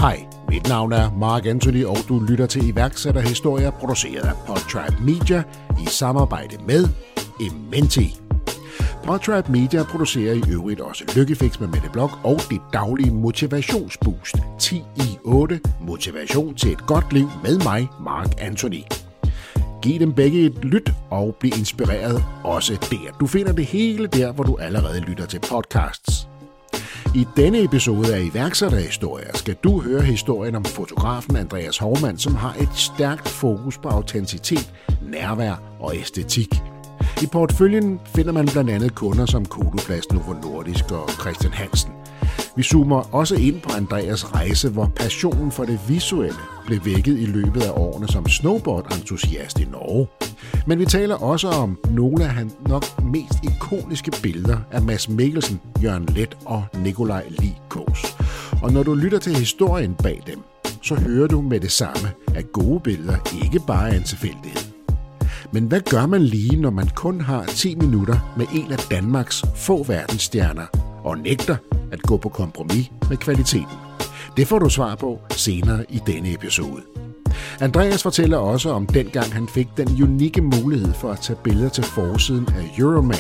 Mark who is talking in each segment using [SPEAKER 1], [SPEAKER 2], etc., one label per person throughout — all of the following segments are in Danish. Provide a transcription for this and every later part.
[SPEAKER 1] Hej, mit navn er Mark Anthony, og du lytter til iværksætterhistorier produceret af Podtribe Media i samarbejde med Ementi. Podtribe Media producerer i øvrigt også Lykkefix med Mette Blok og det daglige motivationsboost 10i8 motivation til et godt liv med mig, Mark Anthony. Giv dem begge et lyt og bliv inspireret også der. Du finder det hele der, hvor du allerede lytter til podcasts. I denne episode af iværksætterhistorier skal du høre historien om fotografen Andreas Hovmand, som har et stærkt fokus på autenticitet, nærvær og æstetik. I porteføljen finder man blandt andet kunder som Coloplast, Novo Nordisk og Christian Hansen. Vi zoomer også ind på Andreas' rejse, hvor passionen for det visuelle blev vækket i løbet af årene som snowboard-entusiast i Norge. Men vi taler også om nogle af hans nok mest ikoniske billeder af Mads Mikkelsen, Jørgen Leth og Nikolaj Lie Kaas. Og når du lytter til historien bag dem, så hører du med det samme, at gode billeder ikke bare er en tilfældighed. Men hvad gør man lige, når man kun har 10 minutter med en af Danmarks få verdensstjerner og nægter at gå på kompromis med kvaliteten? Det får du svar på senere i denne episode. Andreas fortæller også om dengang han fik den unikke mulighed for at tage billeder til forsiden af Euroman,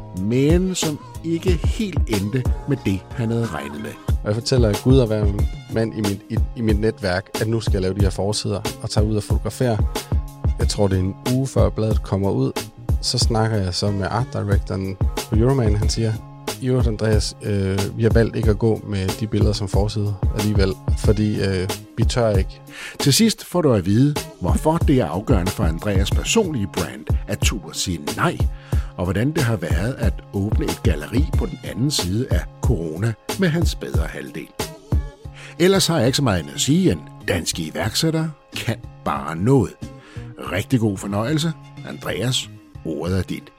[SPEAKER 1] men som ikke helt endte med det, han havde regnet med.
[SPEAKER 2] Og jeg fortæller, at Gud er hver mand i mit netværk, at nu skal jeg lave de her forsider og tage ud og fotografere. Jeg tror, det er en uge før bladet kommer ud. Så snakker jeg så med art directoren på Euroman. Han siger, jo, Andreas, vi har valgt ikke at gå med de billeder som forside alligevel, fordi vi tør ikke.
[SPEAKER 1] Til sidst får du at vide, hvorfor det er afgørende for Andreas' personlige brand at turde sige nej, og hvordan det har været at åbne et galleri på den anden side af corona med hans bedre halvdel. Ellers har jeg ikke så meget at sige, end danske iværksættere kan bare noget. Rigtig god fornøjelse. Andreas, ordet er dit.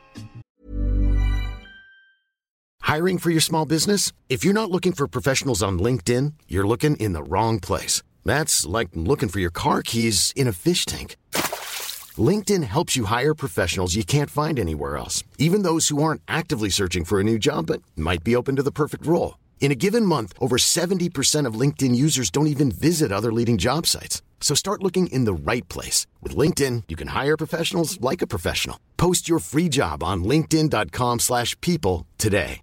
[SPEAKER 3] Hiring for your small business? If you're not looking for professionals on LinkedIn, you're looking in the wrong place. That's like looking for your car keys in a fish tank. LinkedIn helps you hire professionals you can't find anywhere else, even those who aren't actively searching for a new job but might be open to the perfect role. In a given month, over 70% of LinkedIn users don't even visit other leading job sites. So start looking in the right place. With LinkedIn, you can hire professionals like a professional. Post your free job on linkedin.com/people today.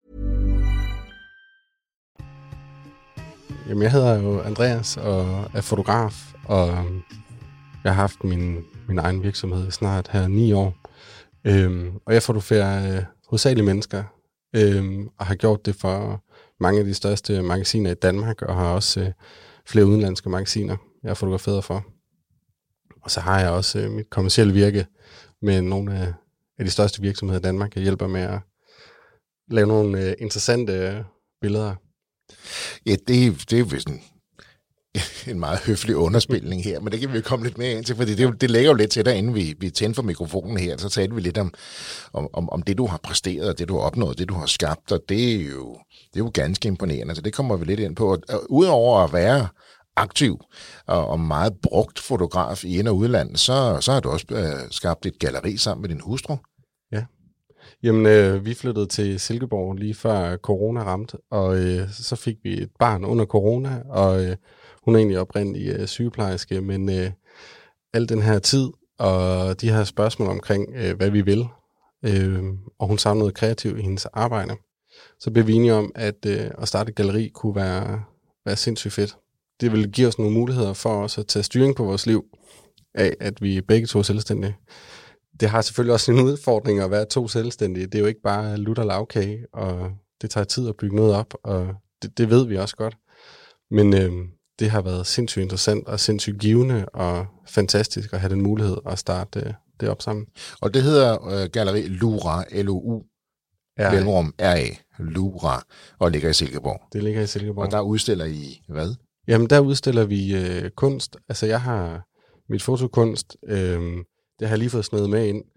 [SPEAKER 2] Jamen, jeg hedder jo Andreas og er fotograf, og jeg har haft min egen virksomhed snart her 9 år. Og jeg fotograferer hovedsageligt mennesker, og har gjort det for mange af de største magasiner i Danmark, og har også flere udenlandske magasiner, jeg har fotograferet for. Og så har jeg også mit kommercielle virke med nogle af de største virksomheder i Danmark. Jeg hjælper med at lave nogle interessante billeder.
[SPEAKER 1] Ja, det er vist en meget høflig underspilning her, men det kan vi komme lidt mere ind til, fordi det lægger jo lidt til dig, inden vi tændte for mikrofonen her, så talte vi lidt om det, du har præsteret, og det, du har opnået, det, du har skabt, og det er jo ganske imponerende, så det kommer vi lidt ind på. Og udover at være aktiv og meget brugt fotograf i ind- og udland, så har du også skabt et galleri sammen med din hustru.
[SPEAKER 2] Ja. Jamen, vi flyttede til Silkeborg lige før corona ramte, og så fik vi et barn under corona, og hun er egentlig oprindelig sygeplejerske, men al den her tid og de her spørgsmål omkring, hvad vi vil, og hun savnede noget kreativt i hendes arbejde, så blev vi enige om, at starte et galleri kunne være sindssygt fedt. Det ville give os nogle muligheder for os at tage styring på vores liv, af at vi begge to er selvstændige. Det har selvfølgelig også en udfordring at være 2 selvstændige. Det er jo ikke bare lutter lavkage, og det tager tid at bygge noget op, og det ved vi også godt. Men det har været sindssygt interessant og sindssygt givende og fantastisk at have den mulighed at starte det op sammen.
[SPEAKER 1] Og det hedder Galleri Lura, L-U-R-A, R-A, Lura, og ligger i Silkeborg.
[SPEAKER 2] Det ligger i Silkeborg.
[SPEAKER 1] Og der udstiller I hvad?
[SPEAKER 2] Jamen, der udstiller vi kunst. Altså, jeg har mit fotokunst, det har jeg lige fået snedet med ind.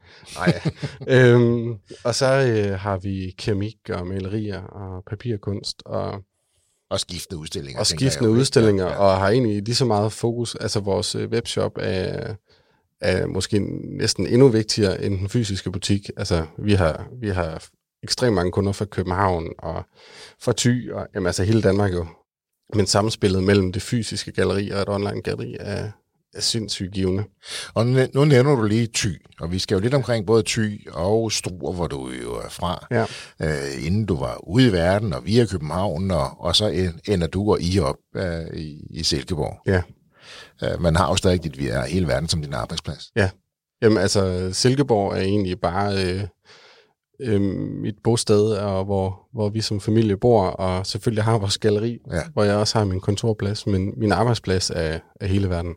[SPEAKER 2] Og så har vi keramik og malerier og papirkunst
[SPEAKER 1] og skiftende udstillinger.
[SPEAKER 2] Og skiftende udstillinger, ja. Og har egentlig lige så meget fokus. Altså, vores webshop er måske næsten endnu vigtigere end den fysiske butik. Altså, vi har ekstremt mange kunder fra København og fra Thy, og jamen, altså hele Danmark jo. Men samspillet mellem det fysiske galleri og et online galleri er sindssygt givende.
[SPEAKER 1] Og nu nævner du lige Thy, og vi skal jo lidt omkring både Thy og Struer, hvor du jo er fra, inden du var ude i verden og via København, og så ender du og I op i Silkeborg.
[SPEAKER 2] Ja.
[SPEAKER 1] Man har jo stadig hele verden som din arbejdsplads.
[SPEAKER 2] Ja. Jamen altså, Silkeborg er egentlig bare mit bosted, og hvor vi som familie bor, og selvfølgelig har vores galleri, hvor jeg også har min kontorplads, men min arbejdsplads er hele verden.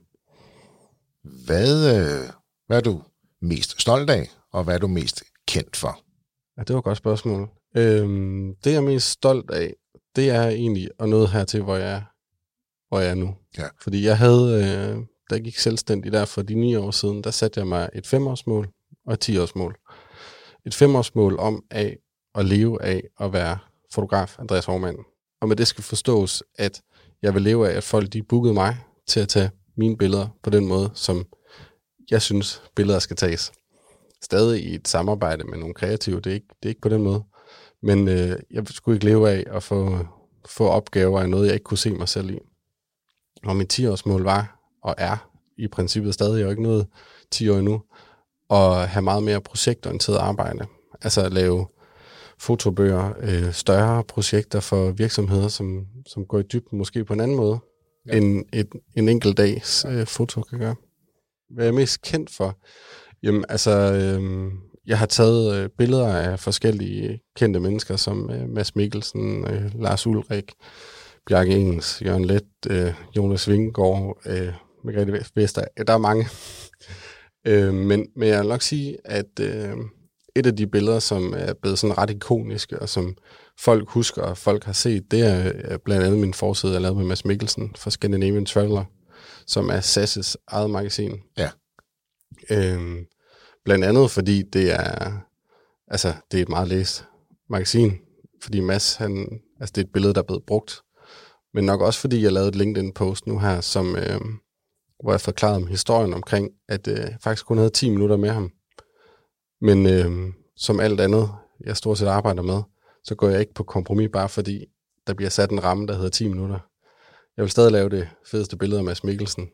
[SPEAKER 1] Hvad er du mest stolt af, og hvad er du mest kendt for?
[SPEAKER 2] Ja, det var et godt spørgsmål. Det jeg er mest stolt af, det er egentlig at nå hertil, hvor jeg er nu. Ja. Fordi jeg havde, da jeg gik selvstændig der for de 9 år siden, der satte jeg mig et 5-årsmål og et 10-årsmål. Et 5-årsmål om at leve af at være fotograf, Andreas Hovmand. Og med det skal forstås, at jeg vil leve af, at folk de bookede mig til at tage mine billeder på den måde, som jeg synes, billeder skal tages. Stadig i et samarbejde med nogle kreative, det er ikke på den måde. Men jeg skulle ikke leve af at få opgaver af noget, jeg ikke kunne se mig selv i. Og mit 10-årsmål var, og er i princippet stadig, jeg er jo ikke nået 10 år endnu, at have meget mere projektorienteret arbejde. Altså at lave fotobøger, større projekter for virksomheder, som går i dybden måske på en anden måde, end en enkelt dags foto kan gøre. Hvad er jeg mest kendt for? Jamen altså, jeg har taget billeder af forskellige kendte mennesker, som Mads Mikkelsen, Lars Ulrik, Bjarke Engels, Jørgen Leth, Jonas Vingegaard, Margrethe Vestager. Der er mange. Men jeg vil nok sige, at et af de billeder, som er blevet sådan ret ikoniske, og som folk husker, og folk har set, det er blandt andet min forside, jeg lavede med Mads Mikkelsen fra Scandinavian Traveler, som er SAS' eget magasin.
[SPEAKER 1] Ja.
[SPEAKER 2] Blandt andet, fordi det er et meget læst magasin, fordi Mads, det er et billede, der er blevet brugt, men nok også fordi jeg lavede et LinkedIn-post nu her, som, hvor jeg forklarede om historien omkring, at jeg faktisk kun havde 10 minutter med ham. Men som alt andet, jeg stort set arbejder med, så går jeg ikke på kompromis, bare fordi der bliver sat en ramme, der hedder 10 minutter. Jeg vil stadig lave det fedeste billede af Mads Mikkelsen.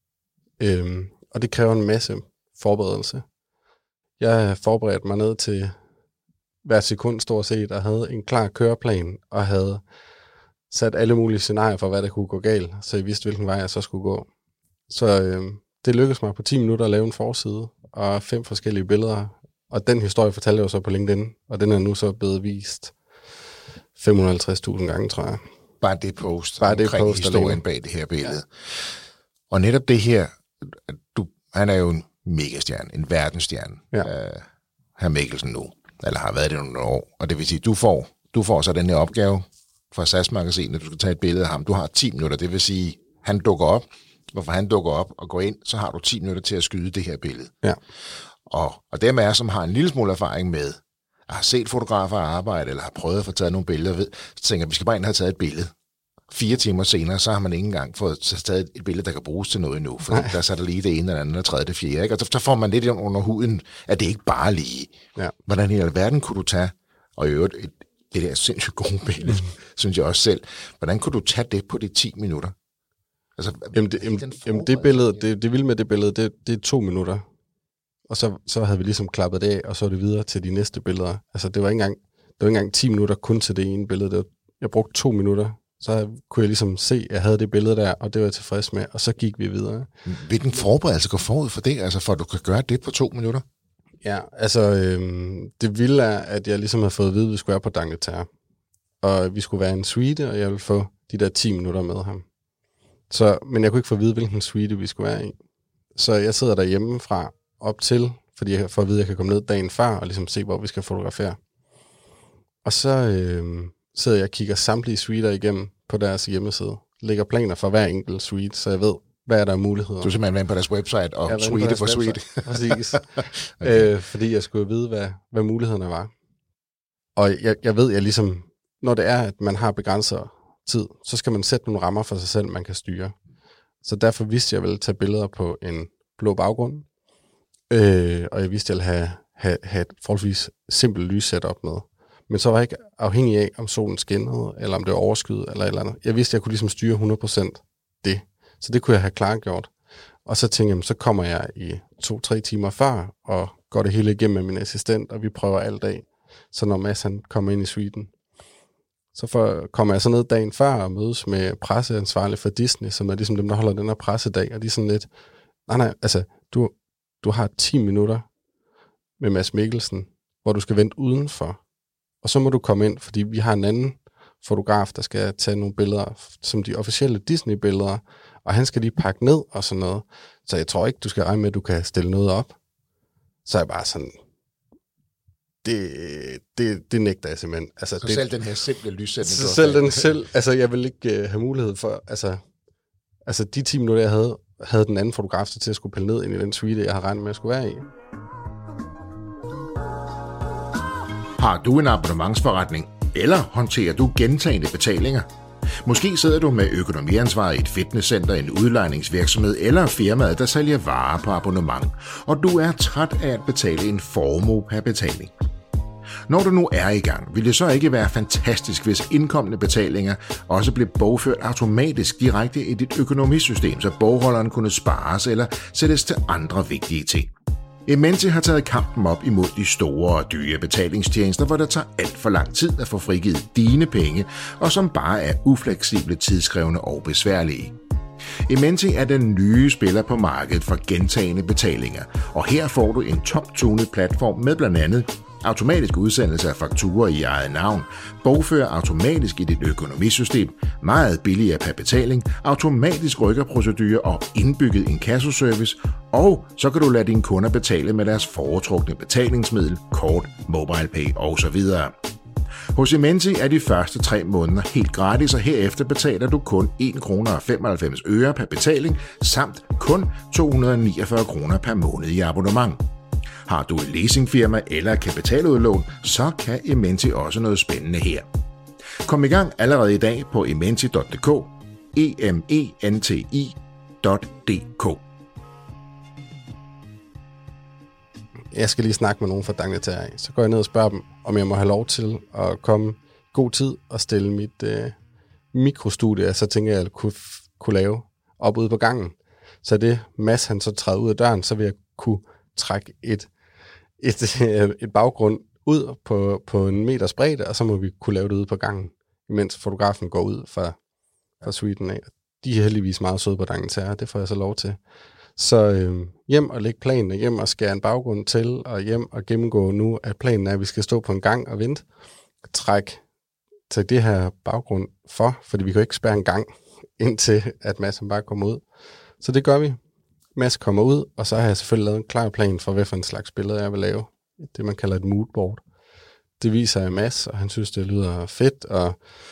[SPEAKER 2] Og det kræver en masse forberedelse. Jeg har forberedt mig ned til hver sekund stort set, og havde en klar køreplan, og havde sat alle mulige scenarier for, hvad der kunne gå galt, så jeg vidste, hvilken vej jeg så skulle gå. Så det lykkedes mig på 10 minutter at lave en forside, og 5 forskellige billeder, og den historie fortalte jeg jo så på LinkedIn, og den er nu så blevet vist 550.000 gange, tror jeg.
[SPEAKER 1] Bare det post omkring historien bag det her billede. Ja. Og netop det her, han er jo en megastjerne, en verdensstjerne, hr. Mikkelsen nu, eller har været det nogle år, og det vil sige, du får så den her opgave fra SAS-magasinet, du skal tage et billede af ham, du har 10 minutter, det vil sige, han dukker op, hvorfor han dukker op og går ind, så har du 10 minutter til at skyde det her billede.
[SPEAKER 2] Ja.
[SPEAKER 1] Og dem af jer, som har en lille smule erfaring med, at har set fotografer arbejde, eller har prøvet at få taget nogle billeder, så tænker jeg, vi skal bare ind og have taget et billede. 4 timer senere, så har man ikke engang fået taget et billede, der kan bruges til noget endnu, for der så er der lige det ene, eller andet, og tredje, det fjerde, ikke? Og så får man lidt under huden, at det ikke bare lige. Ja. Hvordan i alverden kunne du tage, og i øvrigt det der sindssygt gode billede, synes jeg også selv, hvordan kunne du tage det på de 10 minutter? Altså,
[SPEAKER 2] det billede, det vilde med det billede, det er 2 minutter. Og så havde vi ligesom klappet det af, og så er det videre til de næste billeder. Altså, det var ikke engang 10 minutter kun til det ene billede. Jeg brugte 2 minutter. Så kunne jeg ligesom se, at jeg havde det billede der, og det var jeg tilfreds med, og så gik vi videre.
[SPEAKER 1] Hvilken forberedelse går forud for det, altså for at du kan gøre det på 2 minutter?
[SPEAKER 2] Ja, altså det vilde er, at jeg ligesom havde fået at vide, at vi skulle være på D'Angleterre. Og vi skulle være i en suite, og jeg ville få de der 10 minutter med ham. Men jeg kunne ikke få at vide, hvilken suite vi skulle være i. Så jeg sidder derhjemme fra op til, fordi jeg får at vide, at jeg kan komme ned dagen før, og ligesom se, hvor vi skal fotografere. Og så sidder jeg og kigger samtlige suiter igennem på deres hjemmeside. Lægger planer for hver enkelt suite, så jeg ved, hvad er der af muligheder.
[SPEAKER 1] Du er simpelthen været på deres website og suite for suite.
[SPEAKER 2] Præcis. Okay. Fordi jeg skulle vide, hvad mulighederne var. Og jeg ved, jeg ligesom, når det er, at man har begrænset tid, så skal man sætte nogle rammer for sig selv, man kan styre. Så derfor vidste jeg, at jeg ville tage billeder på en blå baggrund. Og jeg vidste, at jeg ville have et forholdsvis simpelt lyssetup med. Men så var jeg ikke afhængig af, om solen skinnede, eller om det var overskyet, eller et eller andet. Jeg vidste, at jeg kunne ligesom styre 100% det. Så det kunne jeg have klargjort. Og så tænkte jeg, så kommer jeg i 2-3 timer før, og går det hele igennem med min assistent, og vi prøver alt af. Så når Mads han kommer ind i suiten, så kommer jeg så ned dagen før og mødes med presseansvarlig for Disney, som er ligesom dem, der holder den her pressedag, og de er sådan lidt, nej, altså, du har 10 minutter med Mads Mikkelsen, hvor du skal vente udenfor, og så må du komme ind, fordi vi har en anden fotograf, der skal tage nogle billeder, som de officielle Disney-billeder, og han skal lige pakke ned og sådan noget. Så jeg tror ikke, du skal regne med, at du kan stille noget op. Så er jeg bare sådan, det nægter jeg simpelthen. Altså,
[SPEAKER 1] så selv den her simple lyssætning?
[SPEAKER 2] Så selv den selv, altså jeg vil ikke have mulighed for, altså de 10 minutter, jeg havde den anden fotograf til at skulle pille ned ind i den suite, jeg har regnet med, at jeg skulle være i.
[SPEAKER 1] Har du en abonnementsforretning, eller håndterer du gentagne betalinger? Måske sidder du med økonomiansvar i et fitnesscenter, en udlejningsvirksomhed eller firmaet, der sælger varer på abonnement, og du er træt af at betale en formue per betaling. Når du nu er i gang, vil det så ikke være fantastisk, hvis indkommende betalinger også blev bogført automatisk direkte i dit økonomisystem, så bogholderen kunne spares eller sættes til andre vigtige ting. Ementi har taget kampen op imod de store og dyre betalingstjenester, hvor det tager alt for lang tid at få frigivet dine penge, og som bare er ufleksible, tidskrævende og besværlige. Ementi er den nye spiller på markedet for gentagne betalinger, og her får du en top-tunet platform med blandt andet automatisk udsendelse af fakturer i eget navn, bogfører automatisk i dit økonomisystem, meget billigere per betaling, automatisk rykkerprocedure og indbygget inkassoservice, og så kan du lade dine kunder betale med deres foretrukne betalingsmiddel, kort, MobilePay osv. Hos Ementi er de første 3 måneder helt gratis, og herefter betaler du kun 1,95 kroner per betaling, samt kun 249 kroner per måned i abonnement. Har du et leasingfirma eller kapitaludlån, så kan Ementi også noget spændende her. Kom i gang allerede i dag på ementi.dk, ementi.dk.
[SPEAKER 2] Jeg skal lige snakke med nogen fra Dagnetær. Så går jeg ned og spørger dem, om jeg må have lov til at komme god tid og stille mit mikrostudie, så tænker jeg, at jeg kunne lave op ude på gangen. Så det Mads han så træder ud af døren, så vil jeg kunne trække et baggrund ud på 1 meters bredde, og så må vi kunne lave det ude på gangen, imens fotografen går ud fra suiten af. De er heldigvis meget søde på Dagnetær, det får jeg så lov til. Så hjem og lægge planen, hjem og skære en baggrund til, og hjem og gennemgå nu, at planen er, at vi skal stå på en gang og vente. Træk til det her baggrund fordi vi kan ikke spærre en gang, indtil at Mads bare kommer ud. Så det gør vi. Mads kommer ud, og så har jeg selvfølgelig lavet en klar plan for, hvad for en slags billede jeg vil lave. Det, man kalder et moodboard. Det viser jeg Mads, og han synes, det lyder fedt, og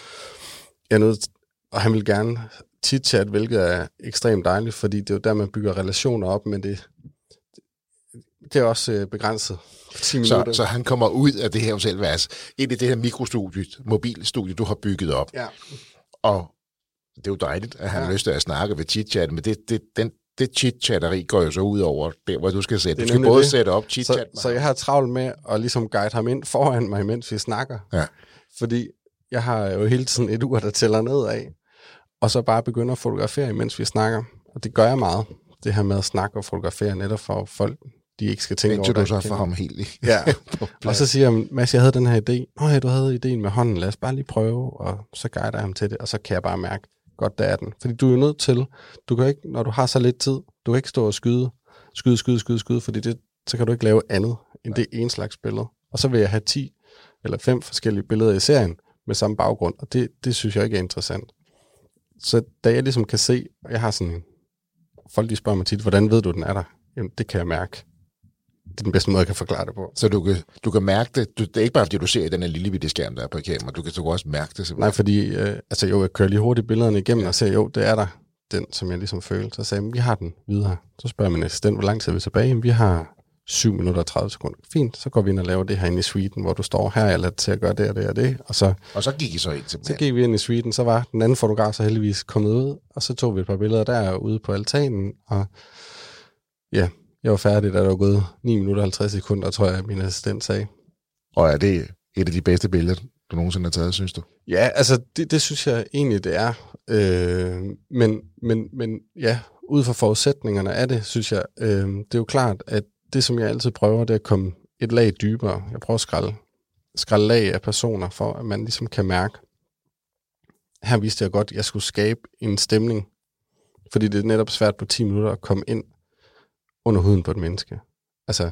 [SPEAKER 2] han vil gerne chit-chat, hvilket er ekstremt dejligt, fordi det er jo der, man bygger relationer op, men det er også begrænset. 10 minutter.
[SPEAKER 1] Så han kommer ud af det her hotelværelse, ind i det her mikrostudie, mobilstudie, du har bygget op.
[SPEAKER 2] Ja.
[SPEAKER 1] Og det er jo dejligt, at han har lyst til at snakke ved chit-chat, men det chit-chatteri går jo så ud over der, hvor du skal sætte. Du skal både sætte op chit-chat.
[SPEAKER 2] Så jeg har travlt med at ligesom guide ham ind foran mig, mens vi snakker.
[SPEAKER 1] Ja.
[SPEAKER 2] Fordi jeg har jo hele tiden et ur, der tæller nedad, og så bare begynder at fotografere, mens vi snakker. Og det gør jeg meget. Det her med at snakke og fotografere, netop for folk, de ikke skal tænke over det.
[SPEAKER 1] Indtil du så får ham helt i.
[SPEAKER 2] Ja, og så siger jeg, Mads, jeg havde den her idé. Nå ja, du havde idéen med hånden, lad os bare lige prøve, og så guider jeg ham til det, og så kan jeg bare mærke, godt der er den. Fordi du er jo nødt til, du kan ikke, når du har så lidt tid, du kan ikke stå og skyde, fordi så kan du ikke lave andet end det ene slags billede. Og så vil jeg have 10 eller 5 forskellige billeder i serien med samme baggrund, og det synes jeg ikke er interessant. Så da jeg ligesom kan se, og jeg har sådan, folk de spørger mig tit, hvordan ved du, den er der? Jamen, det kan jeg mærke. Det er den bedste måde, jeg kan forklare det på.
[SPEAKER 1] Så du kan mærke det. Det er ikke bare, fordi du ser den her lille bitte skærm, der er på kamera. Du kan også mærke det simpelthen.
[SPEAKER 2] Nej, fordi jeg kører lige hurtigt billederne igennem og ser, det er der, den, som jeg ligesom føler. Så sagde jeg, vi har den videre. Så spørger min assistent, hvor lang tid er vi tilbage? Jamen, vi har 7 minutter og 30 sekunder. Fint, så går vi ind og laver det her inde i suiten, hvor du står her, jeg lader til at gøre det og det og det. Og så gik I så ind simpelthen. Så gik vi ind i suiten, så var den anden fotograf så heldigvis kommet ud, og så tog vi et par billeder der ude på altanen, og ja, jeg var færdig, da der var gået 9 minutter og 50 sekunder, tror jeg, min assistent sagde.
[SPEAKER 1] Og er det
[SPEAKER 4] et af de bedste billeder, du nogensinde har taget, synes du?
[SPEAKER 2] Ja, altså det synes jeg egentlig, det er. Men ja, ud fra forudsætningerne af det, synes jeg, det er jo klart, at det, som jeg altid prøver, det er at komme et lag dybere. Jeg prøver at skrælle lag af personer, for at man ligesom kan mærke, her vidste jeg godt, at jeg skulle skabe en stemning, fordi det er netop svært på 10 minutter at komme ind under huden på et menneske. Altså,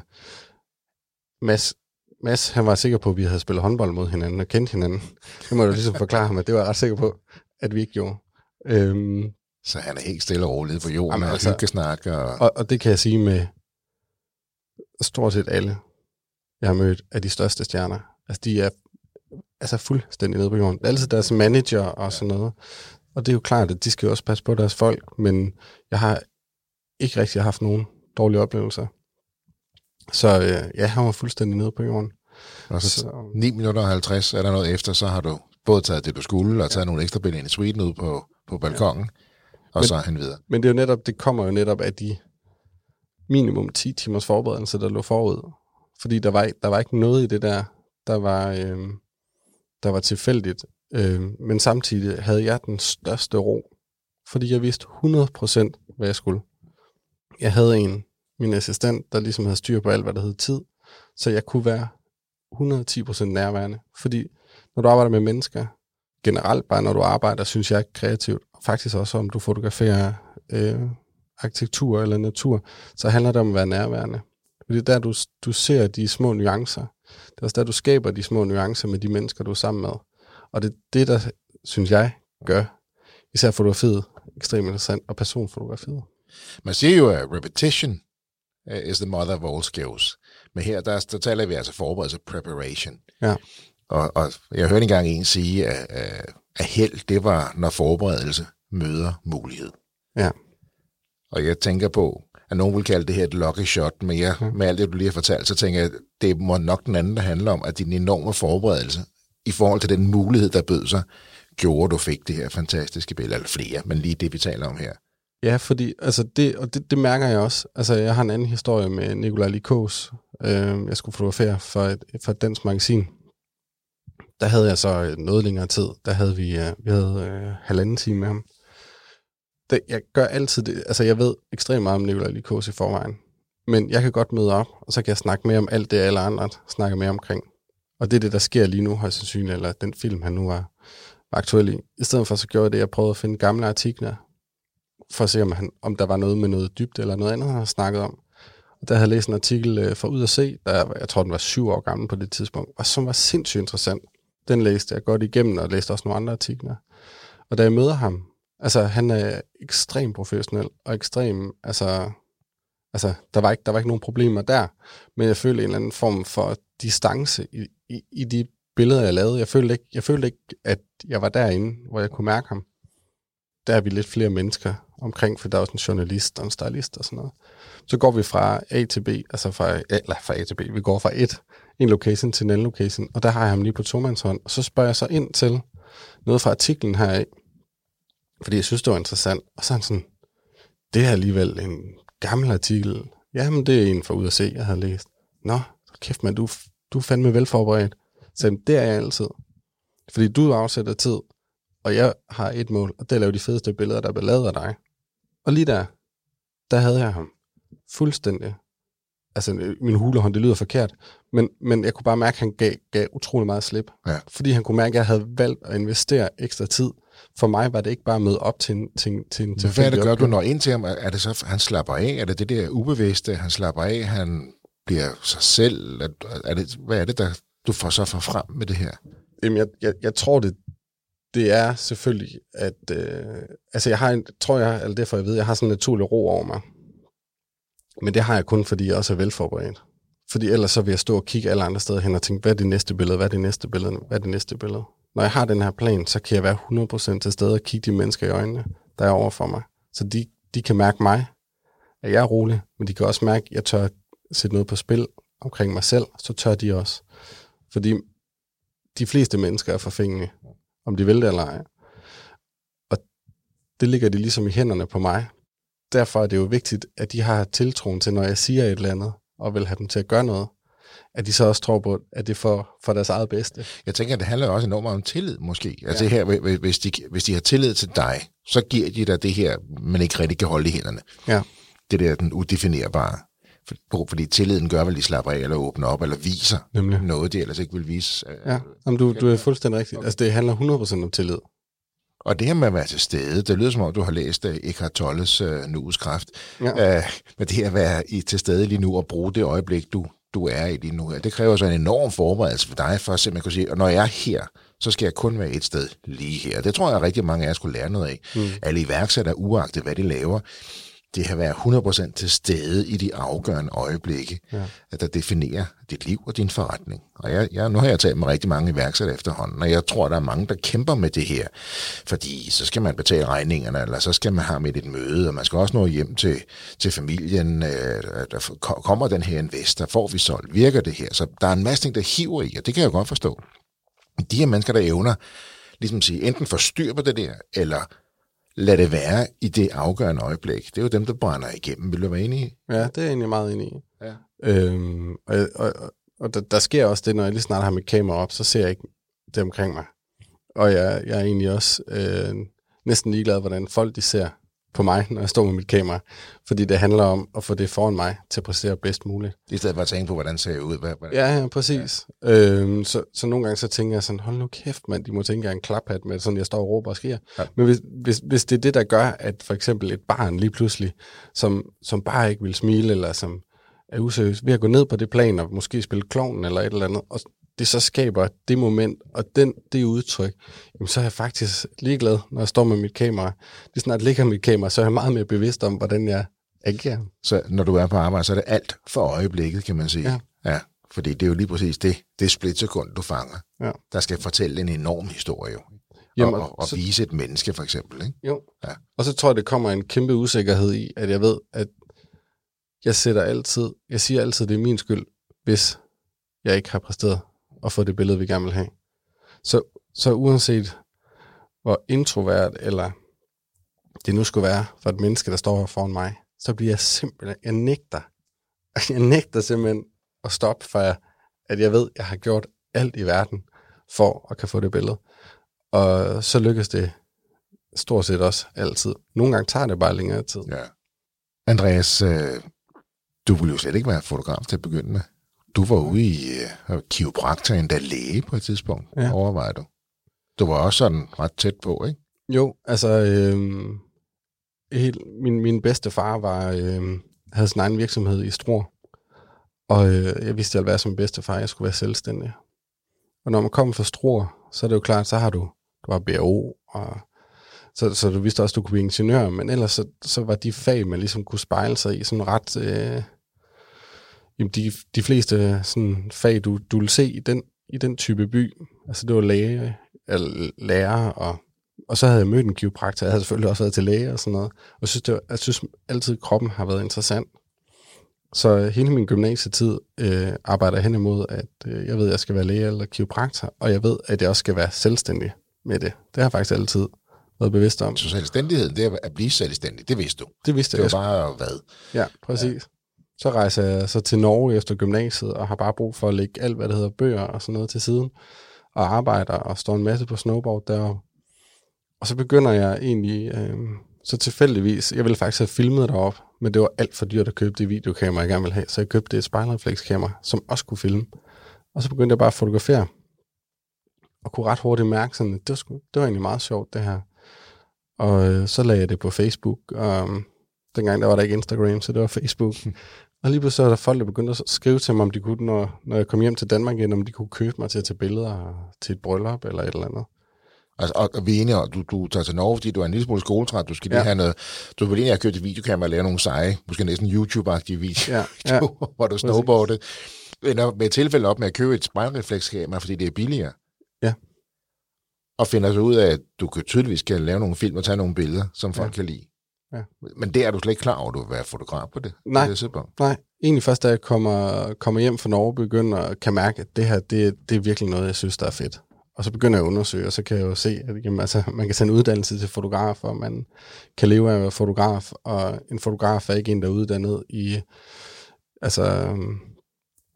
[SPEAKER 2] Mads, han var sikker på, at vi havde spillet håndbold mod hinanden og kendt hinanden. Det må du ligesom forklare ham, at det var jeg ret sikker på, at vi ikke gjorde.
[SPEAKER 4] Så han er helt stille og roligt på jorden,
[SPEAKER 2] jamen,
[SPEAKER 4] og
[SPEAKER 2] altså,
[SPEAKER 4] hyggesnak.
[SPEAKER 2] Og det kan jeg sige med stort set alle, jeg har mødt af de største stjerner. Altså, de er altså fuldstændig nede på jorden. Det er altid deres manager og sådan noget. Og det er jo klart, at de skal jo også passe på deres folk, men jeg har ikke rigtig haft nogen dårlige oplevelser. Så ja, han var fuldstændig nede på jorden.
[SPEAKER 4] Og så 9 minutter og 50 er der noget efter, så har du både taget det, du skulle, og taget nogle ekstra billeder ind i suiten ud på balkongen, og så er han videre. Men
[SPEAKER 2] det kommer jo netop af de minimum 10 timers forberedelse, der lå forud. Fordi der var ikke noget i det der var tilfældigt. Men samtidig havde jeg den største ro, fordi jeg vidste 100%, hvad jeg skulle. Jeg havde min assistent, der ligesom havde styr på alt, hvad der hed tid, så jeg kunne være 110% nærværende. Fordi når du arbejder med mennesker, generelt bare når du arbejder, synes jeg kreativt, og faktisk også om du fotograferer arkitektur eller natur, så handler det om at være nærværende. Fordi det er der, du ser de små nuancer. Det er også der, du skaber de små nuancer med de mennesker, du er sammen med. Og det er det, der, synes jeg, gør især fotografiet ekstremt interessant, og personfotografiet.
[SPEAKER 4] Man siger jo, at repetition is the mother of all skills. Men her, der taler vi altså forberedelse, preparation.
[SPEAKER 2] Ja.
[SPEAKER 4] Og jeg hørte engang en sige, at held, det var, når forberedelse møder mulighed.
[SPEAKER 2] Ja.
[SPEAKER 4] Og jeg tænker på, at nogen vil kalde det her et lucky shot, men med alt det, du lige har fortalt, så tænker jeg, at det må nok den anden, der handler om, at din enorme forberedelse, i forhold til den mulighed, der bød sig, gjorde, du fik det her fantastiske billede, eller flere, men lige det, vi taler om her.
[SPEAKER 2] Ja, fordi altså det mærker jeg også. Altså, jeg har en anden historie med Nikolaj Likos. Jeg skulle fotografere for et dansk magasin. Der havde jeg så noget længere tid. Der havde vi havde 1,5 time med ham. Jeg gør altid det. Altså, jeg ved ekstremt meget om Nikolaj Likos i forvejen. Men jeg kan godt møde op, og så kan jeg snakke mere om alt det, alle andre snakker mere omkring. Og det er det, der sker lige nu, højst sandsynligt, eller den film, han nu var aktuel i. I stedet for, så gjorde jeg det, jeg prøvede at finde gamle artikler, for at se, om der var noget med noget dybt, eller noget andet, han har snakket om. Og der havde jeg læst en artikel fra Ud at Se, jeg tror, den var 7 år gammel på det tidspunkt, og som var sindssygt interessant. Den læste jeg godt igennem, og læste også nogle andre artikler. Og da jeg møder ham, altså han er ekstremt professionel, og ekstrem, altså der var ikke nogen problemer der, men jeg følte en eller anden form for distance i de billeder, jeg lavede. Jeg følte ikke, at jeg var derinde, hvor jeg kunne mærke ham. Der er vi lidt flere mennesker omkring, for der er også en journalist og en stylist og sådan noget. Så går vi fra A til B, altså fra A til B, vi går fra en location til en anden location, og der har jeg ham lige på tomandshånd, og så spørger jeg så ind til noget fra artiklen heraf, fordi jeg synes, det var interessant, og så er han sådan, det er alligevel en gammel artikel. Jamen, det er en fra Ud at Se, jeg havde læst. Nå, kæft man, du er fandme velforberedt. Så det er jeg altid. Fordi du afsætter tid, og jeg har et mål, og det er at lave de fedeste billeder, der er blevet lavet af dig. Og lige der havde jeg ham fuldstændig. Altså, min hulehånd, det lyder forkert, men jeg kunne bare mærke, at han gav utrolig meget slip.
[SPEAKER 4] Ja.
[SPEAKER 2] Fordi han kunne mærke, at jeg havde valgt at investere ekstra tid. For mig var det ikke bare at møde op til en
[SPEAKER 4] hvad er det, gør du når ind til ham? Er det så, han slapper af? Er det der ubevidste, han slapper af? Han bliver sig selv? Hvad er det, der du får så frem med det her?
[SPEAKER 2] Jamen, jeg tror, det er selvfølgelig, at altså jeg har derfor jeg ved, jeg har sådan en naturlig ro over mig. Men det har jeg kun, fordi jeg også er velforberedt. Fordi ellers så vil jeg stå og kigge alle andre steder hen og tænke, hvad er det næste billede, hvad er det næste billede, hvad er det næste billede? Når jeg har den her plan, så kan jeg være 100% til stede og kigge de mennesker i øjnene, der er over for mig. Så de kan mærke mig, at jeg er rolig, men de kan også mærke, at jeg tør sætte noget på spil omkring mig selv, så tør de også. Fordi de fleste mennesker er forfængelige, om de vil det eller ej. Og det ligger de ligesom i hænderne på mig. Derfor er det jo vigtigt, at de har tiltroen til, når jeg siger et eller andet, og vil have dem til at gøre noget, at de så også tror på, at det er for deres eget bedste.
[SPEAKER 4] Jeg tænker, at det handler også enormt om tillid, måske. Altså her, hvis de har tillid til dig, så giver de dig det her, man ikke rigtig kan holde i hænderne.
[SPEAKER 2] Ja.
[SPEAKER 4] Det der den udefinerbare. Fordi tilliden gør vel, de slapper af, eller åbner op, eller viser noget, de ellers ikke vil vise.
[SPEAKER 2] Ja, jamen, du er fuldstændig rigtig. Altså, det handler 100% om tillid. Og
[SPEAKER 4] det her med at være til stede, det lyder som om, du har læst Eckhart Tolles Nuets kraft. Ja. Men det her at være til stede lige nu, og bruge det øjeblik, du er i lige nu her, det kræver så en enorm forberedelse for dig, for at simpelthen kunne sige, og når jeg er her, så skal jeg kun være et sted lige her. Det tror jeg, at rigtig mange af jer skulle lære noget af. Alle iværksættere, uagtet hvad de laver, det har været 100% til stede i de afgørende øjeblikke, at der definerer dit liv og din forretning. Og nu har jeg talt med rigtig mange iværksættere efterhånden, og jeg tror, der er mange, der kæmper med det her. Fordi så skal man betale regningerne, eller så skal man have med et møde, og man skal også nå hjem til familien. Der kommer den her investor, får vi solgt, virker det her? Så der er en masse ting, der hiver i, og det kan jeg godt forstå. De her mennesker, der evner, ligesom at sige, enten forstyr på det der, eller lad det være i det afgørende øjeblik. Det er jo dem, der brænder igennem. Vil du være enig i?
[SPEAKER 2] Ja, det er jeg egentlig meget enig i. Ja. Og der sker også det, når jeg lige snart har mit kamera op, så ser jeg ikke det omkring mig. Og jeg er egentlig også næsten ligeglad, hvordan folk de ser på mig, når jeg står med mit kamera. Fordi det handler om at få det foran mig til at præstere bedst muligt.
[SPEAKER 4] I stedet for at tænke på, hvordan ser jeg ud.
[SPEAKER 2] Ja, præcis. Ja. Så nogle gange så tænker jeg sådan, hold nu kæft, mand, de må tænke, jeg er en klaphat med, sådan jeg står og råber og skriger. Ja. Men hvis det er det, der gør, at for eksempel et barn lige pludselig, som bare ikke vil smile, eller som er useriøs, ved at gå ned på det plan, og måske spille klovnen eller et eller andet, og det så skaber det moment, og det udtryk, jamen så er jeg faktisk ligeglad, når jeg står med mit kamera. Lige snart ligger mit kamera, så er jeg meget mere bevidst om, hvordan jeg agerer.
[SPEAKER 4] Så når du er på arbejde, så er det alt for øjeblikket, kan man sige. Ja, fordi det er jo lige præcis det splitsekund, du fanger. Ja. Der skal fortælle en enorm historie, jo. Jamen, og vise et menneske, for eksempel. Ikke?
[SPEAKER 2] Jo, og så tror jeg, det kommer en kæmpe usikkerhed i, at jeg ved, at jeg siger altid, det er min skyld, hvis jeg ikke har præsteret og få det billede, vi gerne vil have. Så uanset hvor introvert eller det nu skulle være for et menneske, der står her foran mig, så bliver jeg simpelthen, jeg nægter simpelthen at stoppe, for at jeg ved, at jeg har gjort alt i verden for at kan få det billede. Og så lykkes det stort set også altid. Nogle gange tager det bare længere tid.
[SPEAKER 4] Ja. Andreas, du ville jo slet ikke være fotograf til at begynde med. Du var ude i kiropraktor, endda læge på et tidspunkt, overvejer du. Du var også sådan ret tæt på, ikke?
[SPEAKER 2] Jo, altså min bedste far havde sin egen virksomhed i Struer, og jeg vidste, at jeg ville være som bedstefar, jeg skulle være selvstændig. Og når man kommer fra Struer, så er det jo klart, så har du var BRO, og så du vidste også, at du kunne blive ingeniør, men ellers så var de fag, man ligesom kunne spejle sig i, sådan ret... de fleste sådan fag, du vil se i den type by, altså det var lærer, og så havde jeg mødt en kiropraktor, jeg havde selvfølgelig også været til læge og sådan noget, og jeg synes altid, kroppen har været interessant. Så hele min gymnasietid arbejder hen imod, at jeg ved, at jeg skal være læge eller kiropraktor, og jeg ved, at jeg også skal være selvstændig med det. Det har jeg faktisk altid været bevidst om.
[SPEAKER 4] Så selvstændigheden, det er at blive selvstændig, det vidste du?
[SPEAKER 2] Det vidste jeg.
[SPEAKER 4] Det var bare hvad?
[SPEAKER 2] Ja, præcis. Ja. Så rejser jeg så til Norge efter gymnasiet, og har bare brug for at lægge alt, hvad der hedder bøger og sådan noget til siden, og arbejder og står en masse på snowboard deroppe. Og så begynder jeg egentlig, så tilfældigvis, jeg ville faktisk have filmet deroppe, men det var alt for dyrt at købe det videokamera, jeg gerne ville have, så jeg købte et spejlreflekskamera, som også kunne filme. Og så begyndte jeg bare at fotografere, og kunne ret hurtigt mærke sådan, at det var egentlig meget sjovt, det her. Og så lagde jeg det på Facebook, og dengang der var der ikke Instagram, så det var Facebook. Og lige pludselig så var der folk, der begyndte at skrive til mig, om de kunne, når jeg kom hjem til Danmark igen, om de kunne købe mig til at tage billeder til et bryllup eller et eller andet.
[SPEAKER 4] Altså, og vi er enige om, du tager til Norge, fordi du er en lille smule skoletræt, du skal lige have noget, du vil egentlig have købt et videokamera og lave nogle seje, måske næsten YouTube-agtige videoer, hvor du snowboardede. Ender med et tilfælde op med at købe et spejlreflekskamera, fordi det er billigere. Ja. Og finder så ud af, at du tydeligvis kan lave nogle film og tage nogle billeder, som folk kan lide. Ja. Men det er du slet ikke klar over, at du vil være fotograf på det?
[SPEAKER 2] Nej. Egentlig først, da jeg kommer hjem fra Norge, begynder at kan mærke, at det her, det er virkelig noget, jeg synes, der er fedt. Og så begynder jeg at undersøge, og så kan jeg jo se, at jamen, altså, man kan sende uddannelse til fotograf, og man kan leve af at være fotograf, og en fotograf er ikke en, der er uddannet i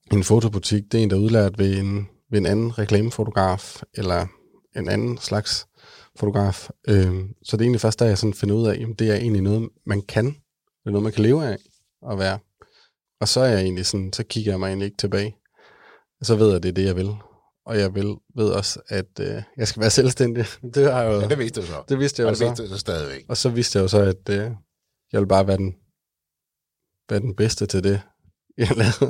[SPEAKER 2] en fotobutik, det er en, der er udlært ved en anden reklamefotograf, eller en anden slags fotograf. Så det er egentlig først, da jeg sådan finder ud af, at det er egentlig noget, man kan. Det er noget, man kan leve af at være. Og så er jeg egentlig sådan, så kigger jeg mig egentlig ikke tilbage. Og så ved jeg, at det er det, jeg vil. Og jeg ved også, at jeg skal være selvstændig. Det har jeg jo.
[SPEAKER 4] Ja, det vidste du så.
[SPEAKER 2] Det vidste jeg jo så.
[SPEAKER 4] Det vidste du så stadigvæk.
[SPEAKER 2] Og så vidste jeg jo så, at jeg vil bare være den bedste til det, jeg lavede.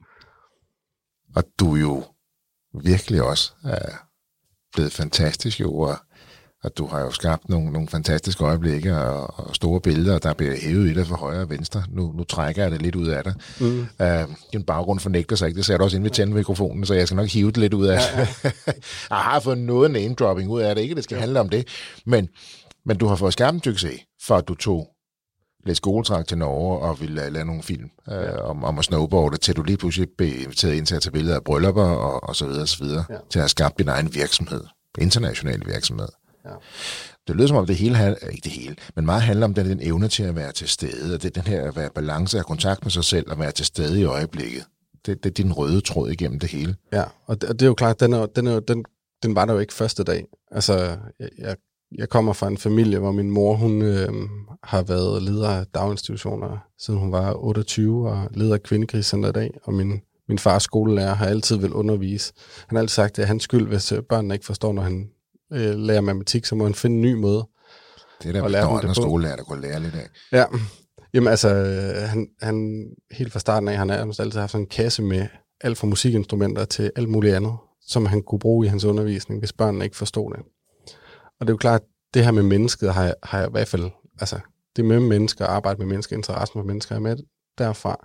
[SPEAKER 4] Og du er jo virkelig også blevet fantastisk jo, og du har jo skabt nogle fantastiske øjeblikke og store billeder, der bliver hævet i dig fra højre og venstre. Nu trækker jeg det lidt ud af dig. Din baggrund fornægter sig ikke. Det sagde du også inden vi tændte mikrofonen, så jeg skal nok hive det lidt ud af det. Jeg har fået noget name-dropping ud af det. Ikke, det skal handle om det. Men du har fået skabt en succes, for at du tog lidt skoletrakt til Norge og ville lave nogle film om at snowboarde, til du lige pludselig blev inviteret ind til at tage billeder af bryllupper og så videre, til at have skabt din egen virksomhed, international virksomhed. Ja. Det lyder som om det hele, ikke det hele, men meget handler om den evne til at være til stede, og det er den her at være balance og kontakt med sig selv og være til stede i øjeblikket. Det er din røde tråd igennem det hele.
[SPEAKER 2] Ja, og det er jo klart, den var der jo ikke første dag. Altså, jeg kommer fra en familie, hvor min mor, hun har været leder af daginstitutioner, siden hun var 28, og leder af Kvindekrisecenter i dag, og min fars skolelærer har altid vil undervise. Han har altid sagt, at det er hans skyld, hvis børnene ikke forstår, når han lærer matematik, så må han finde en ny måde.
[SPEAKER 4] Det er der andre skolelærer, der kunne lære lidt af.
[SPEAKER 2] Ja, jamen altså, han helt fra starten af, han har altid haft sådan en kasse med alt fra musikinstrumenter til alt muligt andet, som han kunne bruge i hans undervisning, hvis børnene ikke forstod det. Og det er jo klart, det her med mennesket har jeg i hvert fald, altså det med mennesker, arbejde med mennesker, interessen for mennesker er med derfra.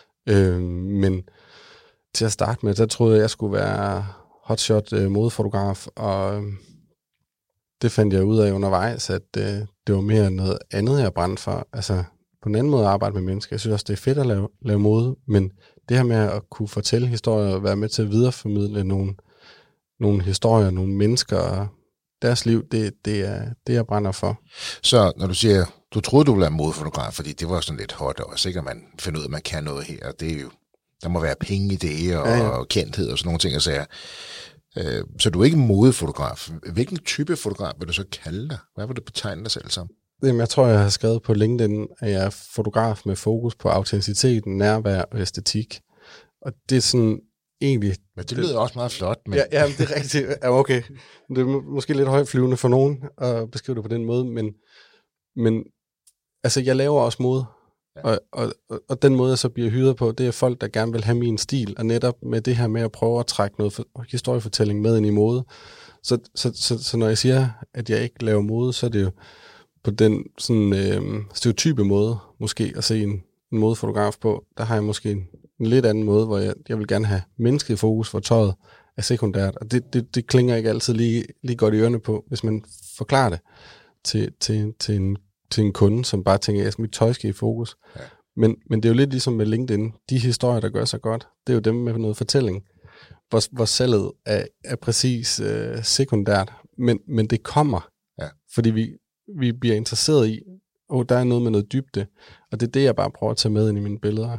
[SPEAKER 2] Men til at starte med, så troede jeg skulle være hotshot modefotograf, og det fandt jeg ud af undervejs, at det var mere noget andet, jeg brændte for. Altså på en anden måde at arbejde med mennesker. Jeg synes også, det er fedt at lave mode, men det her med at kunne fortælle historier og være med til at videreformidle nogle historier, nogle mennesker og deres liv, det er det, jeg brænder for.
[SPEAKER 4] Så når du siger, du troede, du ville være modefotograf, fordi det var sådan lidt hot, og sikkert man finder ud af, at man kan noget her, det er jo, der må være penge i det, og kendthed og sådan nogle ting, og sager. Så du er ikke modefotograf. Hvilken type fotograf vil du så kalde dig? Hvad vil du betegne dig selv som?
[SPEAKER 2] Jamen, jeg tror, jeg har skrevet på LinkedIn, at jeg er fotograf med fokus på autenticitet, nærvær og æstetik. Og det er sådan egentlig...
[SPEAKER 4] Men det lyder også meget flot. Men...
[SPEAKER 2] Ja, det er rigtigt. Ja, okay. Det er måske lidt højtflyvende for nogen at beskrive det på den måde, men altså, jeg laver også mode. Ja. Og den måde, jeg så bliver hyret på, det er folk, der gerne vil have min stil, og netop med det her med at prøve at trække noget historiefortælling med ind i mode. Så når jeg siger, at jeg ikke laver mode, så er det jo på den sådan stereotype måde, måske at se en modefotograf på. Der har jeg måske en lidt anden måde, hvor jeg vil gerne have mennesket i fokus, for tøjet er sekundært. Og det klinger ikke altid lige godt i ørerne på, hvis man forklarer det til en kunde, som bare tænker, at mit tøj skal i fokus. Ja. Men det er jo lidt ligesom med LinkedIn. De historier, der gør sig godt, det er jo dem med noget fortælling, hvor salget er præcis sekundært. Men det kommer, fordi vi bliver interesseret i, der er noget med noget dybde, og det er det, jeg bare prøver at tage med ind i mine billeder.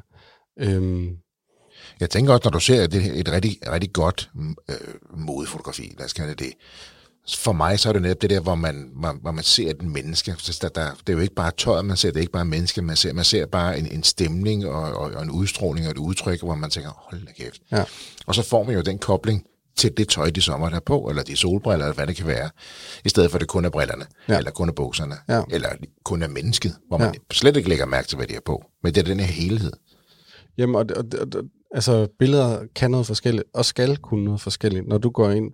[SPEAKER 4] Jeg tænker også, når du ser et rigtig, rigtig godt modefotografi, lad os kalde det, for mig så er det netop det der, hvor man ser et menneske. Det er jo ikke bare tøjet, man ser, det er ikke bare menneske, man ser bare en stemning og en udstråling og et udtryk, hvor man tænker, hold da kæft. Ja. Og så får man jo den kobling til det tøj, de sommer der på, eller de solbriller, eller hvad det kan være, i stedet for det kun er brillerne, eller kun er bukserne, eller kun er mennesket, hvor man slet ikke lægger mærke til, hvad de er på. Men det er den her helhed.
[SPEAKER 2] Jamen, altså billeder kan noget forskelligt, og skal kunne noget forskelligt. Når du går ind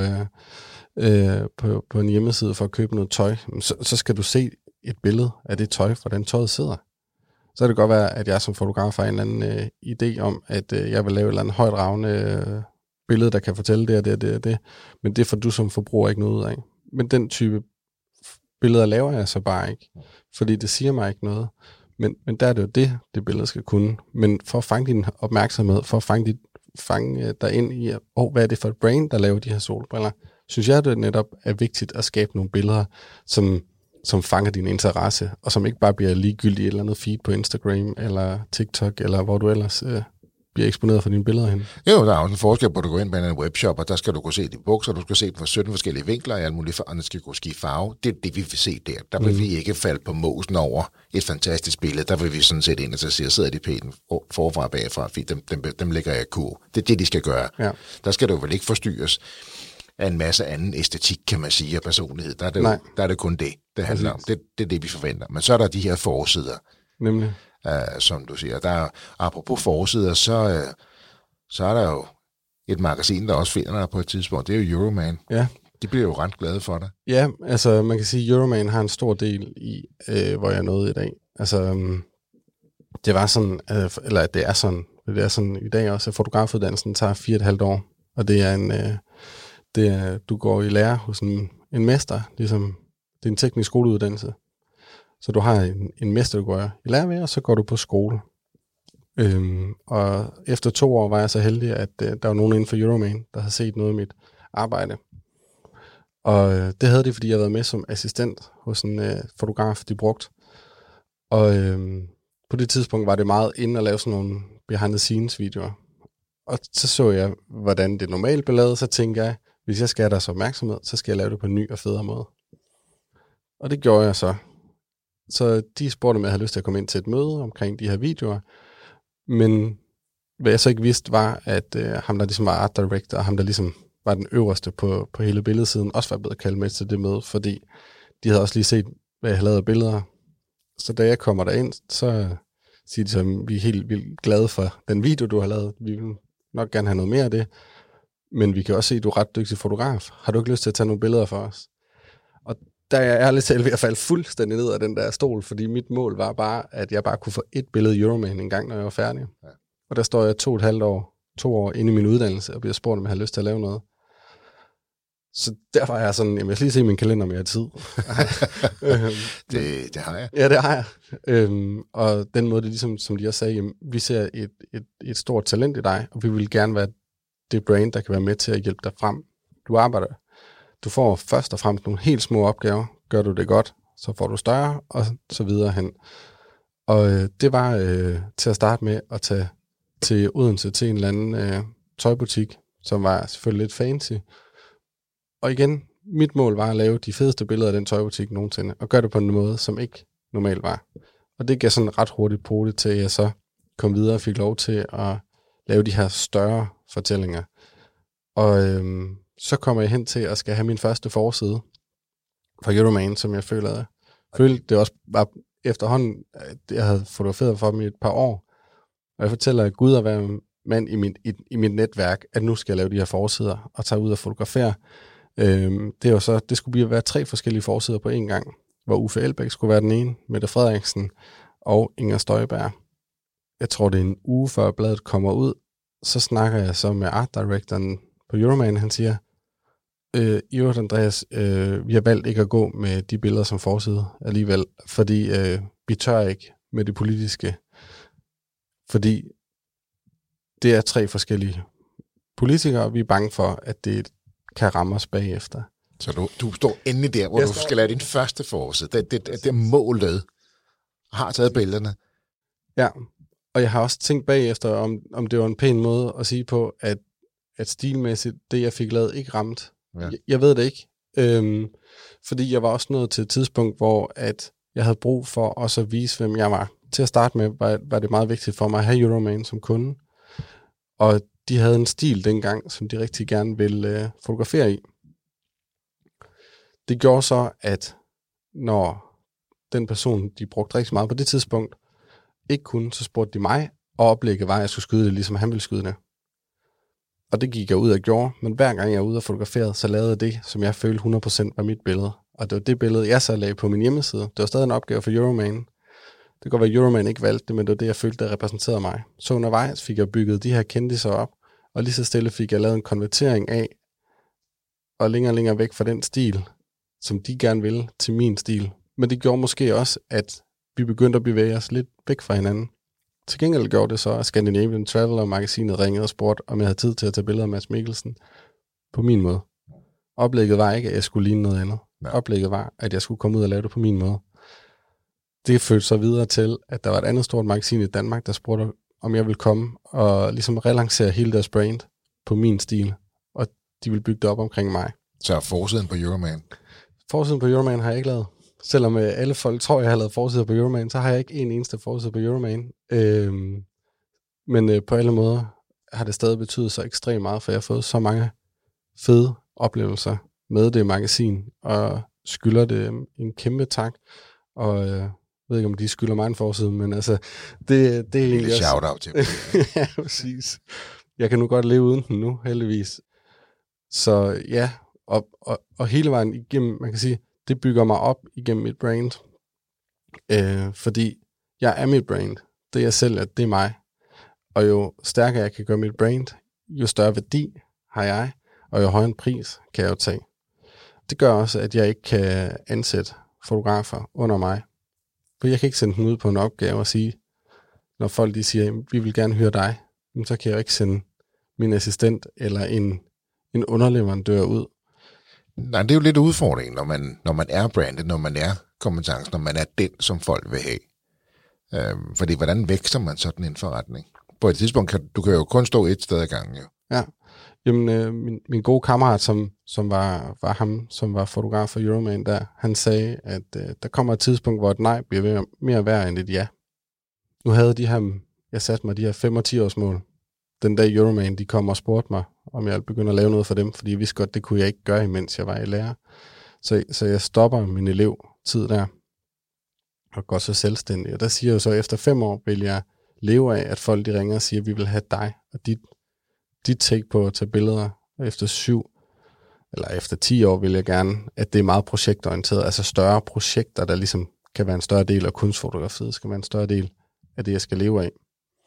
[SPEAKER 2] på en hjemmeside for at købe noget tøj, så skal du se et billede af det tøj, hvordan tøjet sidder. Så kan det godt være, at jeg som fotograf har en eller anden idé om, at jeg vil lave et eller andet højtravende billede, der kan fortælle det og det. Men det får du som forbruger ikke noget ud af. Men den type billeder laver jeg så bare ikke, fordi det siger mig ikke noget. Men der er det jo det billede skal kunne. Men for at fange din opmærksomhed, for at fange dig ind i, hvad er det for et brand, der laver de her solbriller, synes jeg, det netop er vigtigt at skabe nogle billeder, som fanger din interesse, og som ikke bare bliver ligegyldige i et eller andet feed på Instagram, eller TikTok, eller hvor du ellers bliver eksponeret for dine billeder hen?
[SPEAKER 4] Jo, der er også en forskel på, at du går ind på en webshop, og der skal du kunne se dine bukser, du skal se dem fra 17 forskellige vinkler, og alle mulige farver, skal kunne skifte farve. Det er det, vi vil se der. Der vil vi ikke falde på mosen over et fantastisk billede. Der vil vi sådan set ind og så sige, sidder de pænt forfra og bagfra, fordi dem lægger jeg i kur. Det er det, de skal gøre. Ja. Der skal du vel ikke forstyrres af en masse anden æstetik, kan man sige, og personlighed. Der er det kun det handler om. Det er det, vi forventer. Men så er der de her forsider.
[SPEAKER 2] Nemlig?
[SPEAKER 4] Som du siger. Der er, apropos forsider, så er der jo et magasin, der også finder dig på et tidspunkt. Det er jo Euroman. Ja. De bliver jo ret glade for dig.
[SPEAKER 2] Ja, altså man kan sige, at Euroman har en stor del i, hvor jeg nåede i dag. Altså, det var sådan, eller det er sådan i dag også, at fotografuddannelsen tager 4,5 år. Og det er du går i lære hos en mester, ligesom det er en teknisk skoleuddannelse. Så du har en mester, du går i lære ved, og så går du på skole. Og efter 2 år var jeg så heldig, at der var nogen inden for Euroman, der havde set noget af mit arbejde. Og det havde de, fordi jeg havde været med som assistent hos en fotograf, de brugte. Og på det tidspunkt var det meget inde at lave sådan nogle behind-the-scenes-videoer. Og så jeg, hvordan det normalt blev lavet, så tænkte jeg, hvis jeg skal have deres opmærksomhed, så skal jeg lave det på en ny og federe måde. Og det gjorde jeg så. Så de spurgte, om jeg havde lyst til at komme ind til et møde omkring de her videoer. Men hvad jeg så ikke vidste, var, at ham, der ligesom var art director, og ham, der ligesom var den øverste på hele billedsiden, også var blevet kaldt med til det møde, fordi de havde også lige set, hvad jeg havde lavet af billeder. Så da jeg kommer derind, så siger de så, at vi er helt vildt glade for den video, du har lavet. Vi vil nok gerne have noget mere af det. Men vi kan også se, at du er ret dygtig fotograf. Har du ikke lyst til at tage nogle billeder for os? Og der er jeg ærligt talt ved at falde fuldstændig ned af den der stol, fordi mit mål var bare, at jeg bare kunne få et billede Euroman en gang, når jeg var færdig. Ja. Og der står jeg 2 år inde i min uddannelse, og bliver spurgt, om jeg har lyst til at lave noget. Så der var jeg sådan, jamen jeg skal lige se min kalender, om jeg har tid.
[SPEAKER 4] Det har jeg.
[SPEAKER 2] Ja, det har jeg. Og den måde, det ligesom, som de også sagde, jamen, vi ser et stort talent i dig, og vi vil gerne være det brand, der kan være med til at hjælpe dig frem. Du får først og fremmest nogle helt små opgaver. Gør du det godt, så får du større, og så videre hen. Og det var til at starte med at tage til Odense til en eller anden tøjbutik, som var selvfølgelig lidt fancy. Og igen, mit mål var at lave de fedeste billeder af den tøjbutik nogensinde, og gøre det på en måde, som ikke normalt var. Og det gav sådan ret hurtigt på det til, at jeg så kom videre og fik lov til at lave de her større fortællinger. Og så kommer jeg hen til at skal have min første forside for Euroman, som jeg følte det også var efterhånden, at jeg havde fotograferet for dem i et par år. Og jeg fortæller, at Gud er hver mand i mit netværk, at nu skal jeg lave de her forsider og tage ud og fotografere. Det skulle være 3 forskellige forsider på en gang, hvor Uffe Elbæk skulle være den ene, Mette Frederiksen og Inger Støjberg. Jeg tror, det er en uge før bladet kommer ud, så snakker jeg så med art directoren på Euroman. Han siger, Andreas, vi har valgt ikke at gå med de billeder som forside alligevel, fordi vi tør ikke med det politiske, fordi det er 3 forskellige politikere, og vi er bange for, at det kan ramme os bagefter.
[SPEAKER 4] Så du står endelig der, hvor du skal lave din første forside. Det er målet. Har taget billederne.
[SPEAKER 2] Ja, og jeg har også tænkt bagefter, om det var en pæn måde at sige på, at stilmæssigt, det jeg fik lavet, ikke ramt. Ja. Jeg ved det ikke. Fordi jeg var også nået til et tidspunkt, hvor at jeg havde brug for også at vise, hvem jeg var. Til at starte med, var det meget vigtigt for mig at have Euroman som kunde. Og de havde en stil dengang, som de rigtig gerne ville fotografere i. Det gjorde så, at når den person, de brugte rigtig meget på det tidspunkt, ikke kunne, så spurgte de mig, og oplægget var, at jeg skulle skyde det, ligesom han ville skyde det. Og det gik jeg ud og gjorde, men hver gang jeg var ude og fotograferede, så lavede jeg det, som jeg følte 100% var mit billede. Og det var det billede, jeg så lagde på min hjemmeside. Det var stadig en opgave for Euroman. Det kan godt være, at Euroman ikke valgte det, men det var det, jeg følte, der repræsenterede mig. Så undervejs fik jeg bygget de her kendiser op, og lige så stille fik jeg lavet en konvertering af, og længere væk fra den stil, som de gerne ville, til min stil. Men det gjorde måske også, at vi begyndte at bevæge os lidt væk fra hinanden. Til gengæld gjorde det så, at Scandinavian Traveler-magasinet ringede og spurgte, om jeg havde tid til at tage billeder af Mads Mikkelsen på min måde. Oplægget var ikke, at jeg skulle ligne noget andet. Ja. Oplægget var, at jeg skulle komme ud og lave det på min måde. Det førte så videre til, at der var et andet stort magasin i Danmark, der spurgte, om jeg vil komme og ligesom relancere hele deres brand på min stil, og de vil bygge det op omkring mig.
[SPEAKER 4] Så forsiden på Euroman?
[SPEAKER 2] Forsiden på Euroman har jeg ikke lavet. Selvom alle folk tror, jeg har lavet forsider på Euroman, så har jeg ikke en eneste forside på Euroman. Men på alle måder har det stadig betydet så ekstremt meget, for jeg har fået så mange fede oplevelser med det magasin, og skylder det en kæmpe tak. Og jeg ved ikke, om de skylder mig en forside, men altså, det er egentlig også...
[SPEAKER 4] Shout-out til dem.
[SPEAKER 2] Ja, præcis. Jeg kan nu godt leve uden den nu, heldigvis. Så ja, og hele vejen igennem, man kan sige, det bygger mig op igennem mit brand. Fordi jeg er mit brand. Det jeg selv er, det er mig. Og jo stærkere jeg kan gøre mit brand, jo større værdi har jeg, og jo højere en pris kan jeg jo tage. Det gør også, at jeg ikke kan ansætte fotografer under mig. For jeg kan ikke sende dem ud på en opgave og sige, når folk de siger, vi vil gerne høre dig, så kan jeg jo ikke sende min assistent eller en underleverandør ud.
[SPEAKER 4] Nej, det er jo lidt udfordring, når man er brandet, når man er kompetencen, når man er den, som folk vil have. Fordi hvordan vækster man sådan en forretning? På et tidspunkt du kan jo kun stå et sted ad gangen. Jo.
[SPEAKER 2] Ja, jamen min gode kammerat, som var ham, som var fotograf for Euroman der, han sagde, at der kommer et tidspunkt, hvor et nej bliver mere værd end et ja. Nu havde jeg satte mig de her 5 og 10 års mål. Den dag Euroman, de kom og spurgte mig, om jeg ville begynde at lave noget for dem, fordi jeg vidste godt, det kunne jeg ikke gøre, imens jeg var i lærer. Så jeg stopper min elevtid der, og går så selvstændig. Og der siger jeg så, at efter 5 år vil jeg leve af, at folk de ringer og siger, at vi vil have dig, og dit take på at tage billeder. Og efter 7 eller efter 10 år vil jeg gerne, at det er meget projektorienteret, altså større projekter, der ligesom kan være en større del af kunstfotografiet, skal være en større del af det, jeg skal leve af.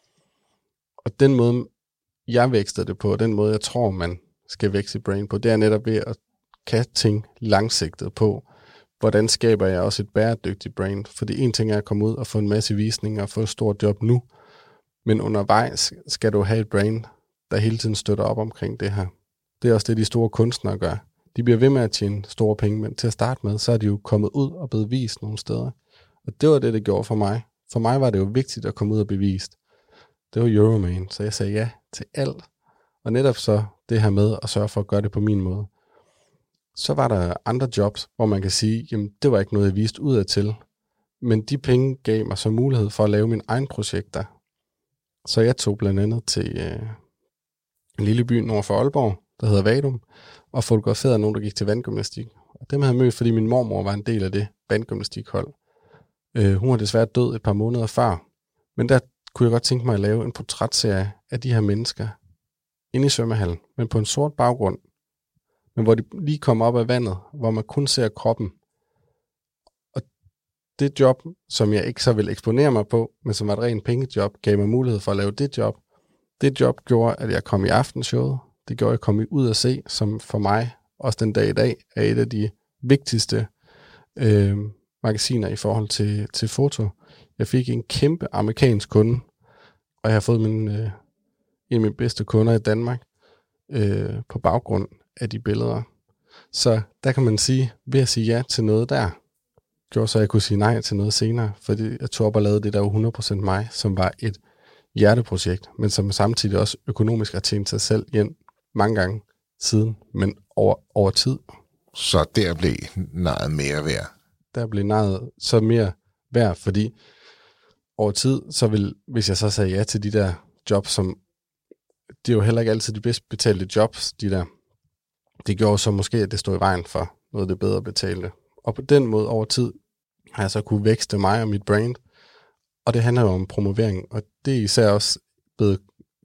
[SPEAKER 2] Og den måde, jeg vækster det på, og den måde, jeg tror, man skal vækste sit brain på, det er netop ved at kan ting langsigtet på, hvordan skaber jeg også et bæredygtigt brand. Fordi en ting er at komme ud og få en masse visninger og få et stort job nu, men undervejs skal du have et brand, der hele tiden støtter op omkring det her. Det er også det, de store kunstnere gør. De bliver ved med at tjene store penge, men til at starte med, så er de jo kommet ud og blevet vist nogle steder. Og det var det gjorde for mig. For mig var det jo vigtigt at komme ud og bevist. Det var Euroman, så jeg sagde ja til alt. Og netop så det her med at sørge for at gøre det på min måde. Så var der andre jobs, hvor man kan sige, jamen det var ikke noget, jeg viste udad til. Men de penge gav mig så mulighed for at lave mine egne projekter. Så jeg tog blandt andet til en lille by nord for Aalborg, der hedder Vadum, og fotograferede nogen, der gik til vandgymnastik. Og dem havde jeg mødt, fordi min mormor var en del af det vandgymnastikhold. Hun var desværre død et par måneder før. Men der kunne jeg godt tænke mig at lave en portrætserie af de her mennesker inde i svømmehallen, men på en sort baggrund. Men hvor de lige kommer op af vandet, hvor man kun ser kroppen. Og det job, som jeg ikke så vil eksponere mig på, men som var et rent pengejob, gav mig mulighed for at lave det job. Det job gjorde, at jeg kom i aftenshowet. Det gjorde, at jeg kom ud at se, som for mig, også den dag i dag, er et af de vigtigste magasiner i forhold til foto. Jeg fik en kæmpe amerikansk kunde, og jeg har fået en af mine bedste kunder i Danmark på baggrund af de billeder. Så der kan man sige, ved at sige ja til noget der, gjorde så, at jeg kunne sige nej til noget senere, fordi jeg tog op og lavede det, der var 100% mig, som var et hjerteprojekt, men som samtidig også økonomisk har tjent sig selv hjem mange gange siden, men over tid.
[SPEAKER 4] Så der blev nejet mere værd?
[SPEAKER 2] Der blev nejet så mere værd, fordi over tid, så vil, hvis jeg så sagde ja til de der jobs, som det er jo heller ikke altid de bedst betalte jobs, de der, det gjorde så måske, at det stod i vejen for noget af det bedre betalte. Og på den måde over tid har jeg så kunne vækste mig og mit brand, og det handler jo om promovering, og det er især også blevet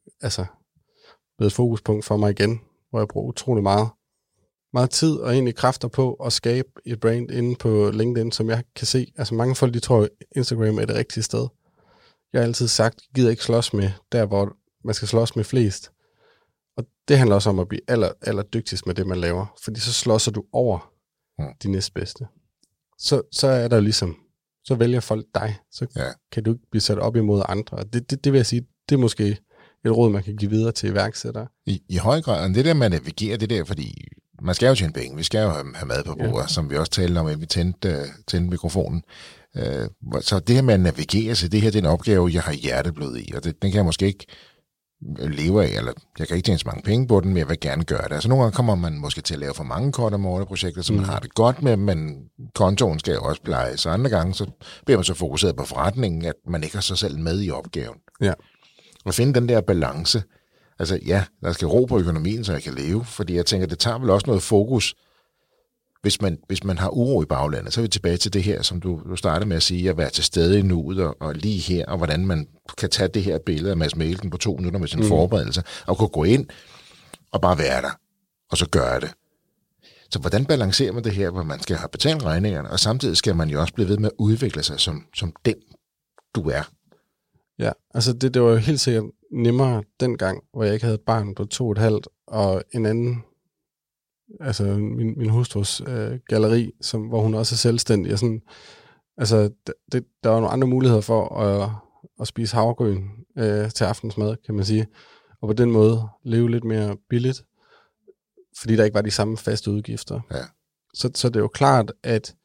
[SPEAKER 2] et fokuspunkt for mig igen, hvor jeg bruger utrolig meget tid og egentlig kræfter på at skabe et brand inde på LinkedIn, som jeg kan se. Altså mange folk, de tror, at Instagram er det rigtige sted. Jeg har altid sagt, jeg gider ikke slås med der, hvor man skal slås med flest. Og det handler også om at blive aller dygtigst med det, man laver. Fordi så slåsser du over de næstbedste. Så er der ligesom, så vælger folk dig. Så kan du ikke blive sat op imod andre. Og det vil jeg sige, det er måske et råd, man kan give videre til iværksættere.
[SPEAKER 4] I høj grad, og det der, man navigerer, det der, fordi man skal jo tjene penge, vi skal jo have mad på bordet, som vi også talte om, at vi tændte mikrofonen. Så det her med at navigere til det her, det er en opgave, jeg har hjerteblod i, og den kan jeg måske ikke leve af, eller jeg kan ikke tjene så mange penge på den, men jeg vil gerne gøre det. Altså nogle gange kommer man måske til at lave for mange kort om året projekter, som man har det godt med, men kontoen skal jo også pleje. Så andre gange, så bliver man så fokuseret på forretningen, at man ikke har sig selv med i opgaven.
[SPEAKER 2] Ja.
[SPEAKER 4] At finde den der balance. Altså ja, der skal ro på økonomien, så jeg kan leve, fordi jeg tænker, det tager vel også noget fokus. Hvis man har uro i baglandet, så er vi tilbage til det her, som du startede med at sige, at være til stede i nuet og lige her, og hvordan man kan tage det her billede af Mads Mikkelsen på 2 minutter med sin forberedelse, og kunne gå ind og bare være der, og så gøre det. Så hvordan balancerer man det her, hvor man skal have betalt regningerne, og samtidig skal man jo også blive ved med at udvikle sig som den, du er.
[SPEAKER 2] Ja, altså det var jo helt sikkert nemmere dengang, hvor jeg ikke havde et barn på 2,5, og en anden, altså min hustrus galleri, hvor hun også er selvstændig. Og sådan, altså, der var nogle andre muligheder for at spise havregryn til aftensmad, kan man sige. Og på den måde leve lidt mere billigt, fordi der ikke var de samme faste udgifter.
[SPEAKER 4] Ja.
[SPEAKER 2] Så det er jo klart, at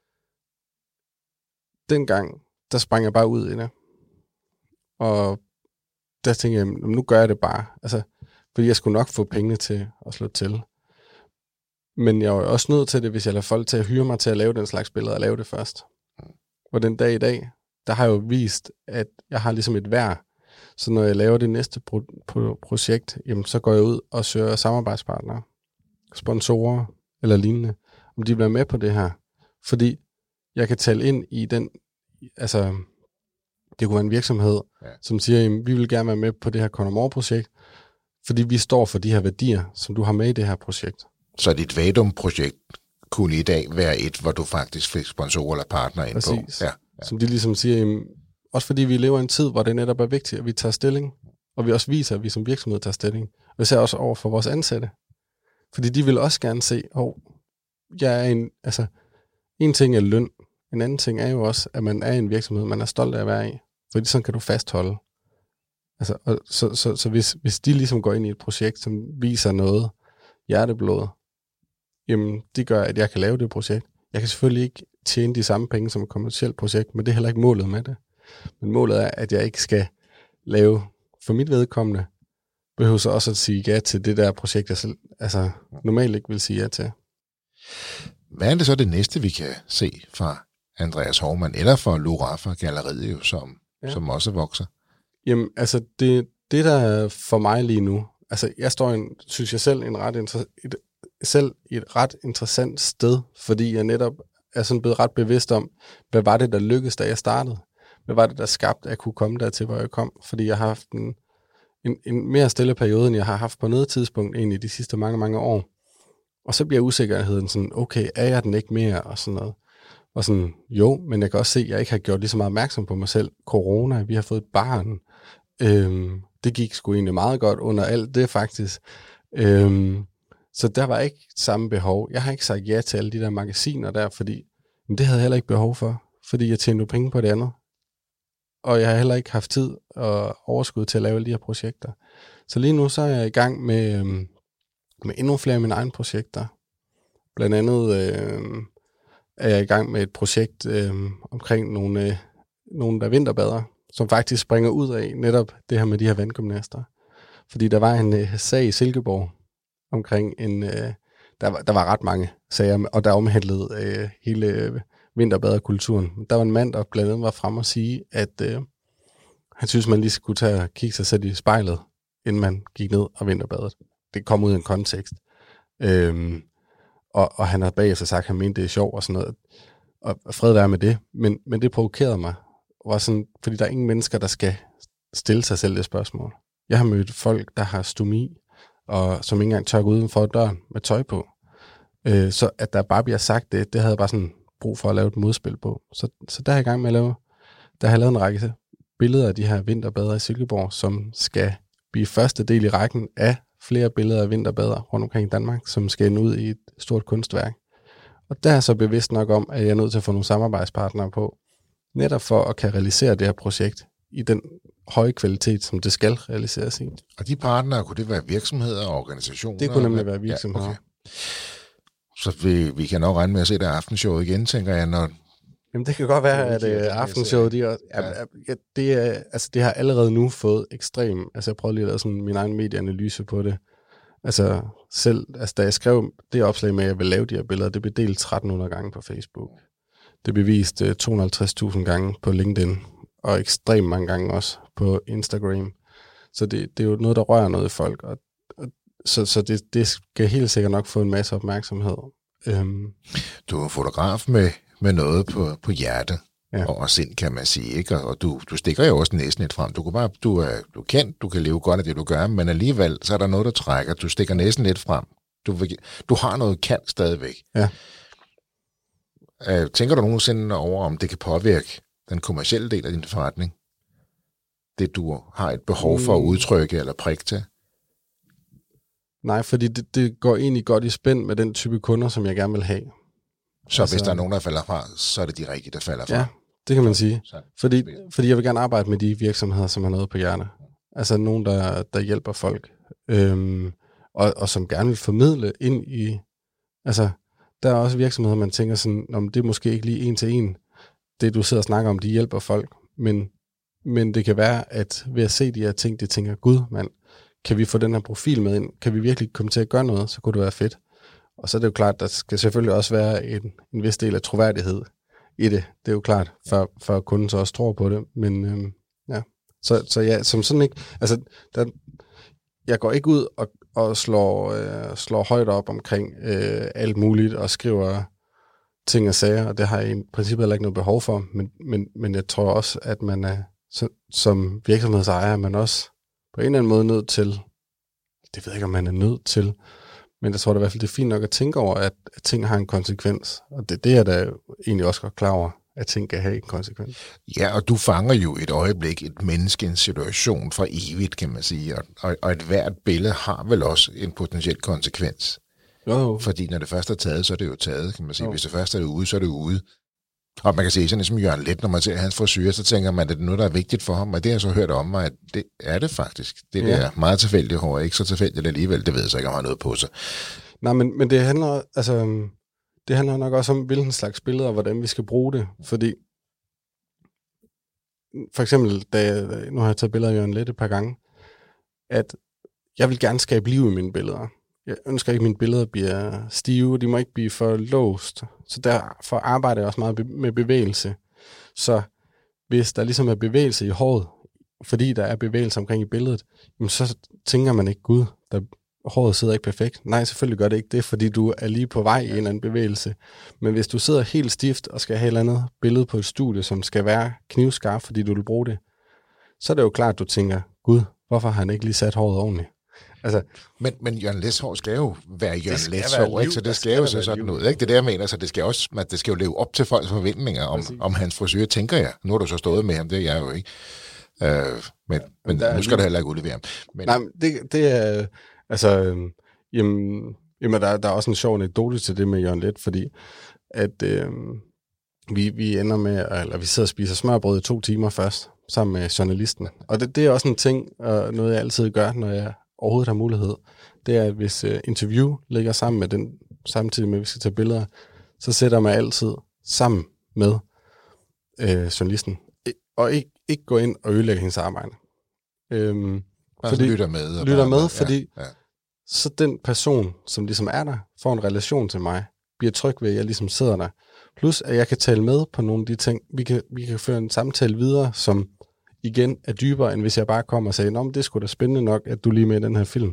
[SPEAKER 2] dengang, der sprang jeg bare ud i det. Og der tænkte jeg, nu gør jeg det bare. Altså, fordi jeg skulle nok få pengene til at slå til. Men jeg var også nødt til det, hvis jeg lader folk til at hyre mig til at lave den slags billeder, og lave det først. Og den dag i dag, der har jeg jo vist, at jeg har ligesom et værd. Så når jeg laver det næste projekt, jamen, så går jeg ud og søger samarbejdspartnere, sponsorer eller lignende, om de bliver med på det her. Fordi jeg kan tale ind i den, altså det kunne være en virksomhed, som siger, jamen, vi vil gerne være med på det her Conor Moore-projekt, fordi vi står for de her værdier, som du har med i det her projekt. Så
[SPEAKER 4] dit Vadum-projekt kunne i dag være et, hvor du faktisk fik sponsorer eller partner ind på.
[SPEAKER 2] Præcis. Ja. Som de ligesom siger, jamen, også fordi vi lever i en tid, hvor det netop er vigtigt, at vi tager stilling, og vi også viser, at vi som virksomhed tager stilling. Og især også over for vores ansatte. Fordi de vil også gerne se, jeg er en ting er løn, en anden ting er jo også, at man er i en virksomhed, man er stolt af at være i. Fordi sådan kan du fastholde. Altså, så hvis de ligesom går ind i et projekt, som viser noget hjerteblod, jamen det gør, at jeg kan lave det projekt. Jeg kan selvfølgelig ikke tjene de samme penge som et kommercielt projekt, men det er heller ikke målet med det. Men målet er, at jeg ikke skal lave, for mit vedkommende, behøver så også at sige ja til det der projekt, jeg selv, altså normalt ikke vil sige ja til.
[SPEAKER 4] Hvad er det så det næste, vi kan se fra Andreas Hovmand, eller fra Lora fra Galleriet, som også vokser?
[SPEAKER 2] Jamen, altså det der er for mig lige nu, altså jeg står synes jeg selv i et ret interessant sted, fordi jeg netop er sådan blevet ret bevidst om, hvad var det, der lykkedes, da jeg startede? Hvad var det, der skabte, at jeg kunne komme dertil, hvor jeg kom? Fordi jeg har haft en mere stille periode, end jeg har haft på noget tidspunkt, egentlig de sidste mange, mange år. Og så bliver usikkerheden sådan, okay, er jeg den ikke mere? Og sådan noget. Og sådan, jo, men jeg kan også se, at jeg ikke har gjort lige så meget opmærksom på mig selv. Corona, vi har fået et barn. Det gik sgu egentlig meget godt under alt det, faktisk. Så der var ikke samme behov. Jeg har ikke sagt ja til alle de der magasiner der, fordi men det havde jeg heller ikke behov for, fordi jeg tjente penge på det andet. Og jeg har heller ikke haft tid og overskud til at lave alle de her projekter. Så lige nu så er jeg i gang med endnu flere af mine egne projekter. Blandt andet er jeg i gang med et projekt omkring nogle der vinterbader, som faktisk springer ud af netop det her med de her vandgymnaster. Fordi der var en sag i Silkeborg omkring der var ret mange sager, og der omhandlede hele vinterbaderkulturen. Der var en mand, der blandt andet var fremme og sige, at han synes, man lige skulle tage og kigge sig selv i spejlet, inden man gik ned og vinterbadede. Det kom ud i en kontekst. Og han har bagefter sagt, at han mente, det er sjovt og sådan noget. Og fred være med det. Men det provokerede mig. Var sådan, fordi der er ingen mennesker, der skal stille sig selv det spørgsmål. Jeg har mødt folk, der har stomi, og som ikke engang tør gå uden for døren med tøj på. Så at der bare bliver sagt det havde jeg bare sådan brug for at lave et modspil på. Så der er jeg i gang med at lave, der har jeg lavet en række billeder af de her vinterbader i Silkeborg, som skal blive første del i rækken af flere billeder af vinterbader rundt omkring i Danmark, som skal ende ud i et stort kunstværk. Og der er så bevidst nok om, at jeg er nødt til at få nogle samarbejdspartnere på, netop for at kan realisere det her projekt i den høje kvalitet, som det skal realiseres i.
[SPEAKER 4] Og de partnere, kunne det være virksomheder og organisationer?
[SPEAKER 2] Det kunne nemlig være virksomheder.
[SPEAKER 4] Ja, okay. Så vi kan nok regne med at se det aftenshowet igen, tænker jeg, når
[SPEAKER 2] Jamen, det kan godt være, at Aftenshowet, det har allerede nu fået ekstrem... Altså, jeg prøvede lige at lave sådan min egen medieanalyse på det. Altså, da jeg skrev det opslag med, at jeg vil lave de her billeder, det blev delt 1300 gange på Facebook. Det blev vist 250.000 gange på LinkedIn, og ekstremt mange gange også på Instagram. Så det er jo noget, der rører noget i folk, så det skal helt sikkert nok få en masse opmærksomhed.
[SPEAKER 4] Du er fotograf med noget på hjerte og sind, kan man sige, ikke? Og du stikker jo også næsten lidt frem. Du er kendt, du kan leve godt af det, du gør, men alligevel så er der noget, der trækker. Du stikker næsten lidt frem. Du har noget kant stadigvæk.
[SPEAKER 2] Ja.
[SPEAKER 4] Tænker du nogensinde over, om det kan påvirke den kommercielle del af din forretning? Det, du har et behov for at udtrykke eller prikke til?
[SPEAKER 2] Nej, fordi det går egentlig godt i spænd med den type kunder, som jeg gerne vil have.
[SPEAKER 4] Så hvis der er nogen, der falder fra, så er det de rigtige, der falder fra?
[SPEAKER 2] Ja, det kan man sige. Fordi jeg vil gerne arbejde med de virksomheder, som har noget på hjertet. Altså nogen, der hjælper folk. Og som gerne vil formidle ind i... Altså, der er også virksomheder, man tænker sådan, om det er måske ikke lige en til en. Det, du sidder og snakker om, de hjælper folk. Men det kan være, at ved at se de her ting, de tænker, gud mand, kan vi få den her profil med ind? Kan vi virkelig komme til at gøre noget? Så kunne det være fedt. Og så er det jo klart, der skal selvfølgelig også være en vis del af troværdighed i det. Det er jo klart, for kunden så også tror på det. Men ja, så ja, som sådan ikke... Altså, jeg går ikke ud og slår højt op omkring alt muligt og skriver ting og sager, og det har jeg i princippet heller ikke noget behov for. Men jeg tror også, at man er som virksomhedsejer, er man også på en eller anden måde nødt til, det ved jeg ikke, om man er nødt til, men jeg tror da i hvert fald, det er fint nok at tænke over, at ting har en konsekvens. Og det er jeg da egentlig også godt klar over, at ting kan have en konsekvens.
[SPEAKER 4] Ja, og du fanger jo et øjeblik et menneske, en situation for evigt, kan man sige. Og et hvert billede har vel også en potentiel konsekvens.
[SPEAKER 2] Jo.
[SPEAKER 4] Fordi når det først er taget, så er det jo taget, kan man sige. Jo. Hvis det først er ude, så er det ude. Og man kan sige, sådan som Jørgen Leth, når man ser hans frisyr, så tænker man, at det er noget, der er vigtigt for ham. Og det har jeg så hørt om mig, at det er det faktisk. Det er meget tilfældigt hår, ikke så tilfældigt alligevel. Det ved jeg så ikke, om han har noget på sig.
[SPEAKER 2] Nej, men det handler, det handler nok også om, hvilken slags billeder, og hvordan vi skal bruge det. Fordi, for eksempel, nu har jeg taget billeder af Jørgen Leth et par gange, at jeg vil gerne skabe liv i mine billeder. Jeg ønsker ikke, at mine billeder bliver stive, de må ikke blive for låst. Så derfor arbejder jeg også meget med bevægelse. Så hvis der ligesom er bevægelse i håret, fordi der er bevægelse omkring i billedet, jamen så tænker man ikke, gud, håret sidder ikke perfekt. Nej, selvfølgelig gør det ikke det, fordi du er lige på vej i en eller anden bevægelse. Men hvis du sidder helt stift og skal have et eller andet billede på et studie, som skal være knivskarp, fordi du vil bruge det, så er det jo klart, at du tænker, gud, hvorfor har han ikke lige sat håret ordentligt? Altså,
[SPEAKER 4] men Jørgen Leths hår skal jo være Jørgen Leths hår, ikke? Så det skal jo se sådan ud, ikke? Det er det, jeg mener, så det skal jo leve op til folks forventninger om hans frisyr, tænker jeg. Nu har du så stået med ham, det er jeg jo ikke. Men nu skal du heller ikke udlevere ham.
[SPEAKER 2] Nej, det er... Altså, jamen der er også en sjov anekdote til det med Jørgen Leth, fordi at vi ender med, eller vi sidder og spiser smørbrød i 2 timer først, sammen med journalisten. Og det er også en ting, og noget jeg altid gør, når jeg overhovedet har mulighed, det er, at hvis interview ligger sammen med den, samtidig med, at vi skal tage billeder, så sætter man altid sammen med journalisten. Og ikke gå ind og ødelægge hendes arbejde.
[SPEAKER 4] Fordi
[SPEAKER 2] lytter med, fordi så den person, som ligesom er der, får en relation til mig, bliver tryg ved, at jeg ligesom sidder der. Plus, at jeg kan tale med på nogle af de ting. Vi kan føre en samtale videre, som igen er dybere, end hvis jeg bare kommer og siger, nå, men det er sgu da spændende nok, at du lige er med i den her film.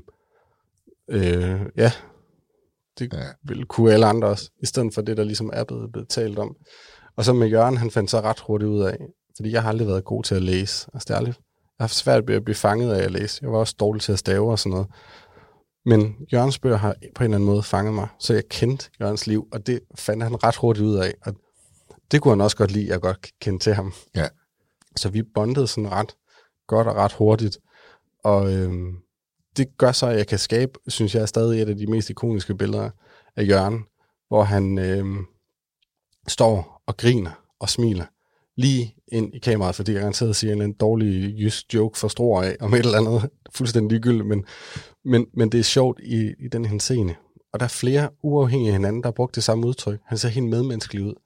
[SPEAKER 2] Det vil kunne alle andre også, i stedet for det, der ligesom er blevet talt om. Og så med Jørgen, han fandt så ret hurtigt ud af, fordi jeg har aldrig været god til at læse. Altså, det er aldrig... Jeg har haft svært ved at blive fanget af at læse. Jeg var også dårlig til at stave og sådan noget. Men Jørgens bøger har på en eller anden måde fanget mig, så jeg kendte Jørgens liv, og det fandt han ret hurtigt ud af. Og det kunne han også godt lide, at jeg godt kendte til ham.
[SPEAKER 4] Ja.
[SPEAKER 2] Så vi bondede sådan ret godt og ret hurtigt. Og det gør så, at jeg kan skabe, synes jeg, stadig et af de mest ikoniske billeder af Jørgen, hvor han står og griner og smiler lige ind i kameraet, fordi jeg garanteret siger en dårlig jysk joke for Struer af, om et eller andet fuldstændig ligegyldigt, men det er sjovt i den henseende. Og der er flere uafhængige af hinanden, der har brugt det samme udtryk. Han ser helt medmenneskelig ud.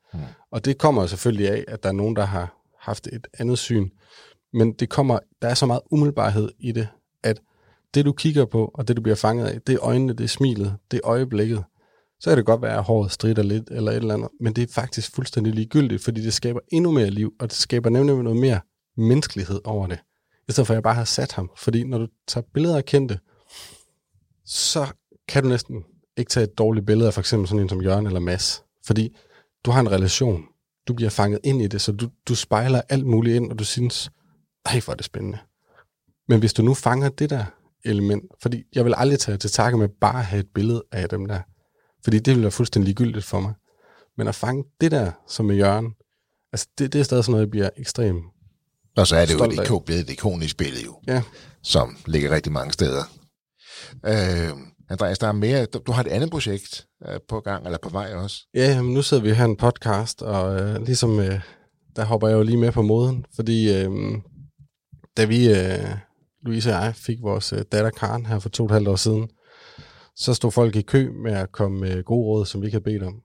[SPEAKER 2] Og det kommer jo selvfølgelig af, at der er nogen, der har haft et andet syn. Men der er så meget umiddelbarhed i det, at det du kigger på, og det du bliver fanget af, det er øjnene, det er smilet, det er øjeblikket. Så kan det godt være, at håret stritter lidt eller et eller andet, men det er faktisk fuldstændig ligegyldigt, fordi det skaber endnu mere liv, og det skaber nemlig noget mere menneskelighed over det. I stedet for, at jeg bare har sat ham. Fordi når du tager billeder af kendte, så kan du næsten ikke tage et dårligt billede af for eksempel sådan en som Jørgen eller Mads. Fordi du har en relation. Du bliver fanget ind i det, så du spejler alt muligt ind, og du synes, ej, hvor er det spændende. Men hvis du nu fanger det der element, fordi jeg vil aldrig tage til takke med bare at have et billede af dem der, fordi det vil være fuldstændig ligegyldigt for mig. Men at fange det der, som med Jørgen, altså det er stadig sådan noget, jeg bliver ekstremt.
[SPEAKER 4] Og så er det jo et ikonisk billede jo,
[SPEAKER 2] ja.
[SPEAKER 4] Som ligger rigtig mange steder. Andreas, der er mere. Du har et andet projekt på gang, eller på vej også.
[SPEAKER 2] Ja, men nu sidder vi her i en podcast, og der hopper jeg jo lige med på moden, fordi da vi, Louise og jeg, fik vores datter Karen her for 2,5 år siden, så stod folk i kø med at komme med gode råd, som vi ikke havde bedt om.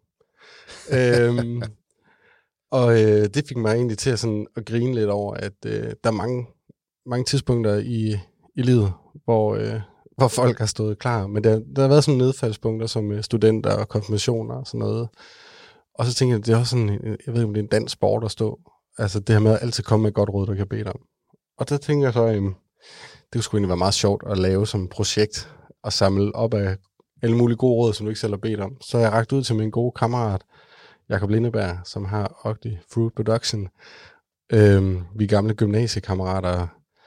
[SPEAKER 2] Og det fik mig egentlig til at grine lidt over, at der er mange tidspunkter i livet, hvor folk har stået klar. Men der har været sådan nedfaldspunkter som studenter og konfirmationer og sådan noget. Og så tænker jeg, det er også sådan, jeg ved ikke, om det er en dansk sport at stå. Altså det her med at altid komme med et godt råd, du kan bede om. Og der tænker jeg så, det kunne sgu egentlig være meget sjovt at lave som projekt og samle op af alle mulige gode råd, som du ikke selv har bedt om. Så jeg rakt ud til min gode kammerat, Jakob Lindeberg, som har Ugly Fruit Production. Vi er gamle gymnasiekammerater,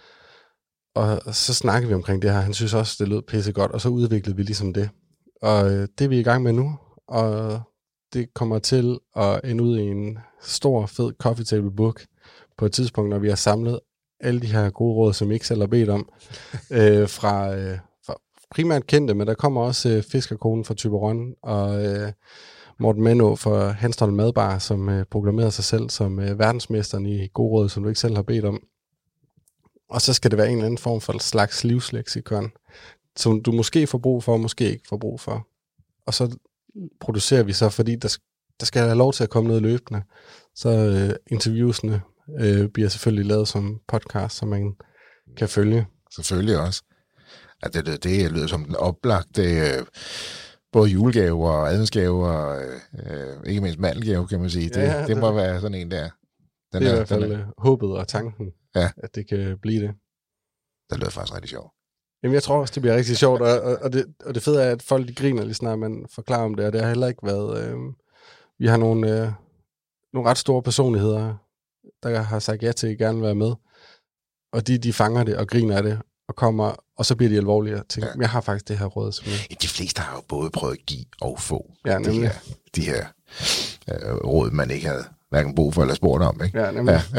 [SPEAKER 2] og så snakkede vi omkring det her. Han synes også, det lød pisse godt, og så udviklede vi ligesom det. Og det er vi i gang med nu, og det kommer til at ende ud i en stor, fed coffee table book på et tidspunkt, når vi har samlet alle de her gode råd, som I ikke selv har bedt om, fra primært kendte, men der kommer også Fiskerkonen fra Thyborøn, og Morten Mennå fra Hanstholm Madbar, som proklamerede sig selv som verdensmesteren i gode råd, som du ikke selv har bedt om. Og så skal det være en eller anden form for slags livsleksikon, som du måske får brug for, måske ikke får brug for. Og så producerer vi så, fordi der skal have lov til at komme noget løbende. Så interviewsene bliver selvfølgelig lavet som podcast, som man kan følge.
[SPEAKER 4] Selvfølgelig også. At det lyder som den oplagte både julegaver og adventsgaver og ikke mindst mandelgave, kan man sige. Det må være sådan en der.
[SPEAKER 2] Det er i hvert fald håbet og tanken, at det kan blive det.
[SPEAKER 4] Det lyder faktisk rigtig sjovt.
[SPEAKER 2] Jamen, jeg tror også, det bliver rigtig sjovt, og det fede er, at folk de griner lige snart, man forklarer om det, og det har heller ikke været. Vi har nogle ret store personligheder, der har sagt ja til at gerne være med, og de fanger det og griner af det, og kommer, og så bliver de alvorlige og tænker, jeg har faktisk det her råd.
[SPEAKER 4] De fleste har jo både prøvet at give og få
[SPEAKER 2] de
[SPEAKER 4] her råd, man ikke havde hverken brug for eller spurgt om, ikke?
[SPEAKER 2] Ja, nemlig. Ja.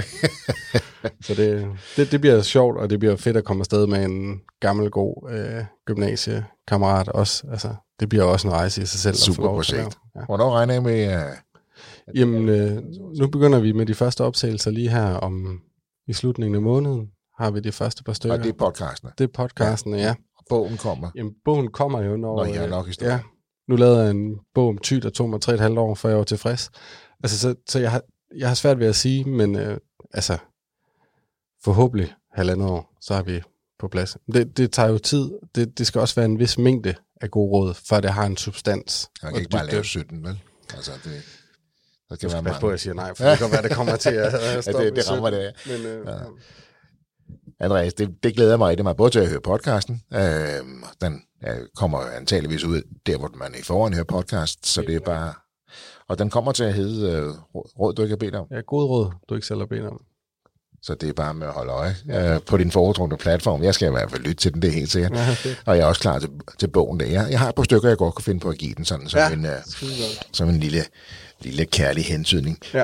[SPEAKER 2] Så det bliver sjovt, og det bliver fedt at komme afsted med en gammel, god gymnasiekammerat også. Altså, det bliver også en rejse i sig selv.
[SPEAKER 4] Super projekt. Ja. Hvornår regner jeg med?
[SPEAKER 2] Jamen, nu begynder vi med de første optagelser lige her i slutningen af måneden. Har vi de første par stykker.
[SPEAKER 4] Og det er podcastene?
[SPEAKER 2] Det er podcastene, ja.
[SPEAKER 4] Og bogen kommer?
[SPEAKER 2] Jamen, bogen kommer jo, når
[SPEAKER 4] I har nok historie.
[SPEAKER 2] Ja. Nu lavede jeg en bog om Thy, der tog mig 3,5 år, før jeg var tilfreds. Altså, så jeg har svært ved at sige, men forhåbentlig 1,5 år, så er vi på plads. Det tager jo tid. Det skal også være en vis mængde af gode råd, før det har en substans.
[SPEAKER 4] Man kan ikke bare lave 17, vel? Altså, det kan være
[SPEAKER 2] meget. Pas på, at jeg siger nej, for det kan være, det kommer til at stoppe.
[SPEAKER 4] Det rammer det. Men, Andreas, det glæder mig rigtig meget, både til at høre podcasten. Den kommer antageligvis ud der, hvor man i forvejen hører podcast, så det er bare. Og den kommer til at hedde råd, du ikke har bedt om.
[SPEAKER 2] Ja, gode råd, du ikke selv har bedt om.
[SPEAKER 4] Så det er bare med at holde øje på din foretrukne platform. Jeg skal i hvert fald lytte til den, det er helt sikkert. Ja, og jeg er også klar til bogen der. Jeg har et par stykker, jeg godt kan finde på at give den sådan som en lille kærlig hentydning.
[SPEAKER 2] Ja.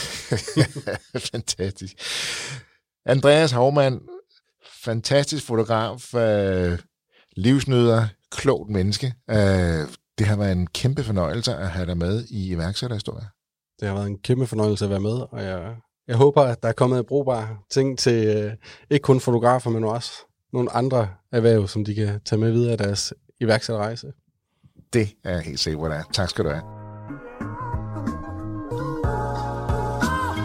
[SPEAKER 4] Fantastisk. Andreas Houmann, fantastisk fotograf, livsnyder, klogt menneske. Det har været en kæmpe fornøjelse at have dig med i iværksætterhistorie.
[SPEAKER 2] Det har været en kæmpe fornøjelse at være med, og jeg håber, at der er kommet brugbare ting til ikke kun fotografer, men også nogle andre erhverv, som de kan tage med videre af deres iværksætterrejse.
[SPEAKER 4] Det er helt sikkert, hvor det er. Tak skal du have.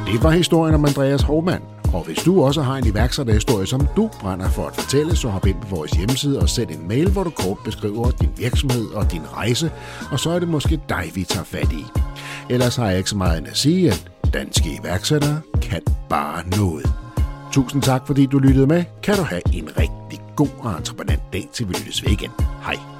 [SPEAKER 1] Det var historien om Andreas Hovmand. Og hvis du også har en iværksætterhistorie, som du brænder for at fortælle, så hop ind på vores hjemmeside og send en mail, hvor du kort beskriver din virksomhed og din rejse, og så er det måske dig, vi tager fat i. Ellers har jeg ikke så meget end at sige, at danske iværksættere kan bare noget. Tusind tak, fordi du lyttede med. Kan du have en rigtig god og entreprenant dag, til vi lyttes ved igen. Hej.